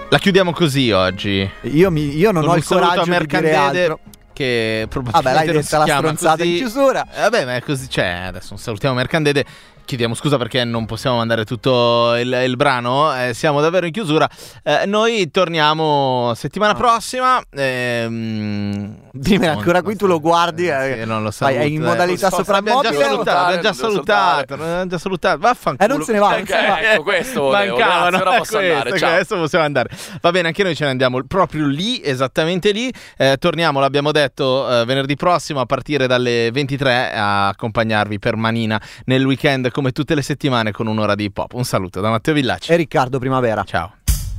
[SPEAKER 1] La chiudiamo così oggi.
[SPEAKER 2] Io, mi, io non
[SPEAKER 1] Con
[SPEAKER 2] ho
[SPEAKER 1] un
[SPEAKER 2] il coraggio
[SPEAKER 1] saluto a
[SPEAKER 2] di dire
[SPEAKER 1] Mercandede,
[SPEAKER 2] altro.
[SPEAKER 1] Che probabilmente
[SPEAKER 2] Vabbè, l'hai
[SPEAKER 1] non
[SPEAKER 2] detta
[SPEAKER 1] si
[SPEAKER 2] la
[SPEAKER 1] chiama
[SPEAKER 2] stronzata
[SPEAKER 1] così.
[SPEAKER 2] in chiusura.
[SPEAKER 1] Eh, Vabbè, ma è così, cioè, adesso salutiamo Mercandede. Chiediamo scusa perché non possiamo mandare tutto il, il brano, eh, siamo davvero in chiusura. Eh, noi torniamo settimana prossima. Ehm,
[SPEAKER 2] Dimmi, ancora qui tu lo guardi, eh,
[SPEAKER 1] sì, non lo so.
[SPEAKER 2] vai, è in modalità soprammobile.
[SPEAKER 1] Abbiamo già salutato, abbiamo già salutato, abbiamo già salutato. Vaffanculo.
[SPEAKER 2] Eh, non se ne va, non se ne va.
[SPEAKER 16] Ecco, questo volevo,
[SPEAKER 1] Mancavano,
[SPEAKER 16] grazie, ora posso
[SPEAKER 1] questo,
[SPEAKER 16] andare,
[SPEAKER 1] che
[SPEAKER 16] ciao.
[SPEAKER 1] adesso possiamo andare. Va bene, anche noi ce ne andiamo proprio lì, esattamente lì. Eh, torniamo, l'abbiamo detto, eh, venerdì prossimo a partire dalle ventitré a accompagnarvi per manina nel weekend come tutte le settimane con un'ora di hip hop. Un saluto da Matteo Villacci
[SPEAKER 2] e Riccardo Primavera.
[SPEAKER 1] Ciao.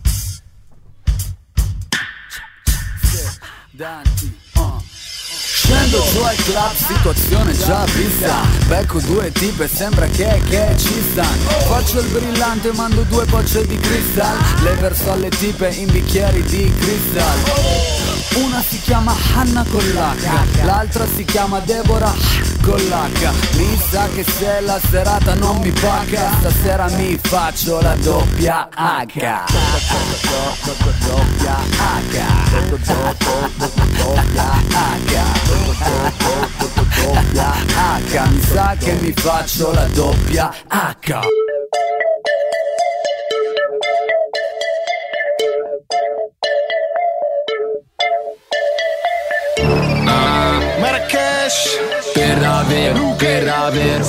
[SPEAKER 3] Scendo giù al club, situazione già vista. Becco due tipe, sembra che, che ci stanno. Faccio il brillante, mando due bocce di cristal. Le verso alle tipe in bicchieri di cristal. Una si chiama Hanna con l'H, l'altra si chiama Deborah con l'H. Mi sa che se la serata non mi paga, stasera mi faccio la doppia H. Doppia H. Doppia H. Mi sa che mi faccio la doppia H.
[SPEAKER 12] Marrakesh
[SPEAKER 18] per davvero, per davvero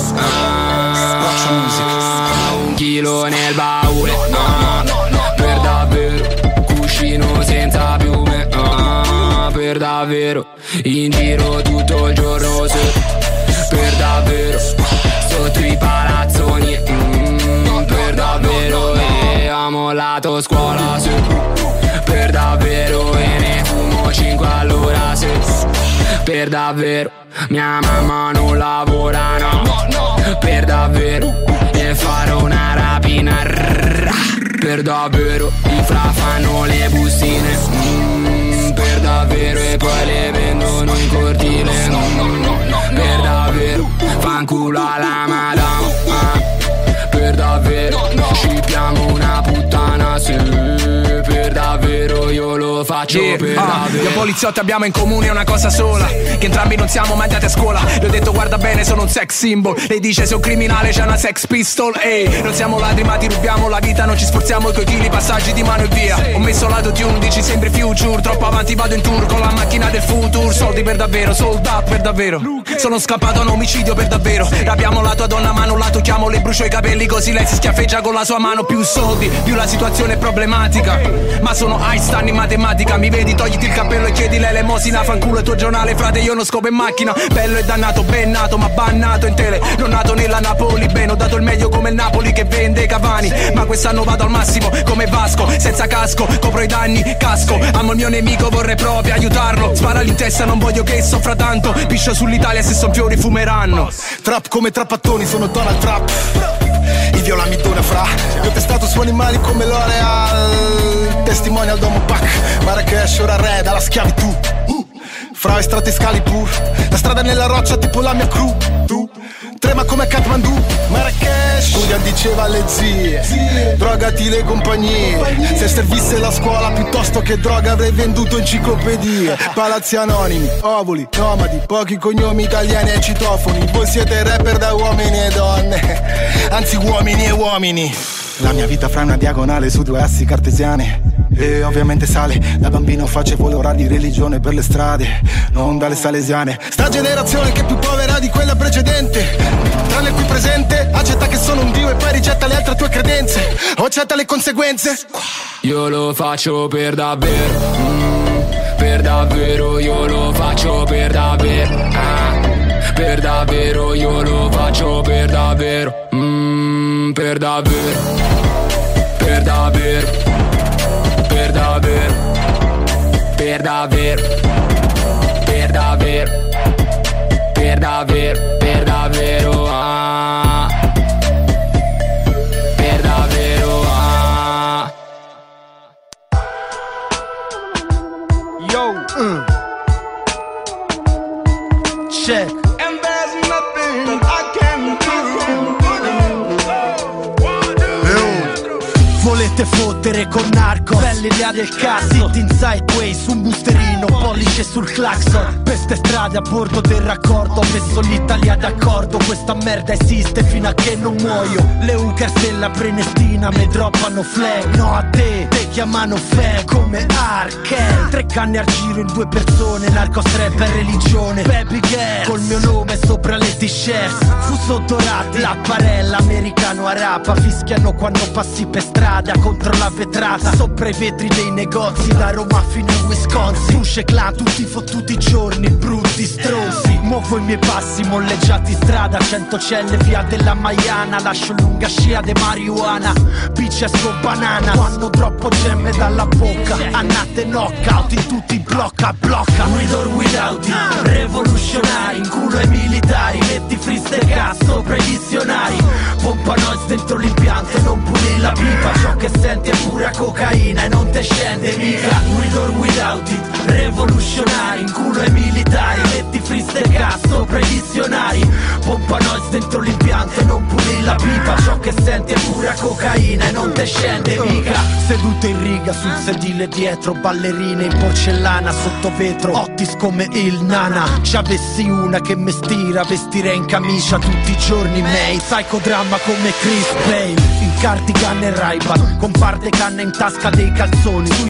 [SPEAKER 18] ah, un chilo nel baule ah, per davvero, cuscino senza piume ah, per davvero, in giro tutto il giorno se, per davvero, sotto i palazzoni mm, per davvero, e ho mollato scuola se, per davvero, e ne fumo cinque all'ora se, per davvero, mia mamma non lavora, no, per davvero, e farò una rapina, per davvero, i fra fanno le bustine, mm, per davvero, e poi le vendono in cortile, mm, per davvero, fanculo alla madama, ah, per davvero, scippiamo una puttana, se, per davvero, io lo faccio
[SPEAKER 9] yeah,
[SPEAKER 18] per
[SPEAKER 9] ah,
[SPEAKER 18] davvero.
[SPEAKER 9] Noi poliziotti abbiamo in comune una cosa sola, che entrambi non siamo mai andati a scuola. Le ho detto guarda bene, sono un sex symbol. Lei dice sei un criminale, c'è una sex pistol. Ehi, non siamo ladri ma ti rubiamo la vita, non ci sforziamo coi chili, passaggi di mano e via. Ho messo l'autotune, dici sembri future, troppo avanti vado in tour con la macchina del futuro. Soldi per davvero, sold up per davvero, sono scappato a un omicidio per davvero. Rapiamo la tua donna ma non la tocchiamo, le brucio i capelli così lei si schiaffeggia con la sua mano. Più soldi, più la situazione è problematica, ma sono Einstein in matematica. Mi vedi, togliti il cappello e chiedi l'elemosina. Fanculo il tuo giornale, frate, io non scopo in macchina. Bello e dannato, ben nato ma bannato in tele. Non nato nella Napoli, bene, ho dato il meglio come il Napoli che vende Cavani. Ma quest'anno vado al massimo come Vasco, senza casco, copro i danni, casco. Amo il mio nemico, vorrei proprio aiutarlo. Sparali in testa, non voglio che soffra tanto. Piscio sull'Italia, se son fiori fumeranno.
[SPEAKER 12] Trap come trappattoni, sono Donald Trump. I viola mi dona fra. Io ho testato su animali come L'Oreal. Testimonial Domo Pack. Marrakesh ora re dalla schiavitù. uh. Fra estratti Excalibur. La strada nella roccia tipo la mia crew. Tu trema come Kathmandu. Marrakesh Julian diceva alle zie, zie. Drogati le compagnie. Se servisse la scuola piuttosto che droga avrei venduto enciclopedie. Palazzi anonimi, ovuli, nomadi, pochi cognomi italiani ai citofoni. Voi siete rapper da uomini e donne, anzi uomini e uomini. La mia vita fra una diagonale su due assi cartesiane. E ovviamente sale, da bambino facevo l'ora di religione per le strade, non dalle salesiane. Sta generazione che è più povera di quella precedente, tranne il qui presente, accetta che sono un dio e poi rigetta le altre tue credenze, o accetta le conseguenze.
[SPEAKER 18] Io lo faccio per davvero, mm, per davvero, io lo faccio per davvero, ah, per davvero, io lo faccio per davvero, mm, per davvero, per davvero. Per davvero, per davvero, per davvero, per davvero, per davvero, ah, per davvero, ah.
[SPEAKER 12] Yo, mm. Check. And there's nothing I can do. Volete
[SPEAKER 19] te fottere con narco. Pelle l'idea del cazzo, sit inside way su un boosterino, pollice sul clacson. Peste strade a bordo del raccordo, ho messo l'Italia d'accordo. Questa merda esiste fino a che non muoio. Le Ukers della Prenestina me droppano flag. No a te, te chiamano fag come Arkel. Tre canne al giro in due persone, narcos, rap e religione. Baby girl, col mio nome sopra le t-shirts. Fuso dorato, l'apparella americano arapa. Fischiano quando passi per strada contro la vetrata. Sopra i vetri dei negozi da Roma fino in Wisconsin. Luce clan, tutti fottuti giorni, brutti stronzi. Muovo i miei passi molleggiati strada, cento celle via della Maiana. Lascio lunga scia de marijuana, bici esco banana. Quando troppo gemme dalla bocca, annate knockout in tutti i blocca blocca. With or without it, rivoluzionari, in culo ai militari. Metti freestyle gas sopra i dizionari. Pompa noise dentro l'impianto e non puli la pipa. Ciò che senti è pura cocaina e non te scende mica. With or without it, rivoluzionari, in culo ai militari. Metti freestyle gas sopra i dizionari. Pompa noise dentro l'impianto e non puli la pipa. Ciò che senti è pura cocaina e non te scende mica. Sedute in riga sul sedile dietro, ballerine in porcellana sotto vetro, Otis come il Nana. Ci avessi una che mi stira, vestirei in camicia tutti i giorni miei. Psychodramma come Chris Bale, in cardigan e Ray-Ban, con par de canne in tasca dei calzoni.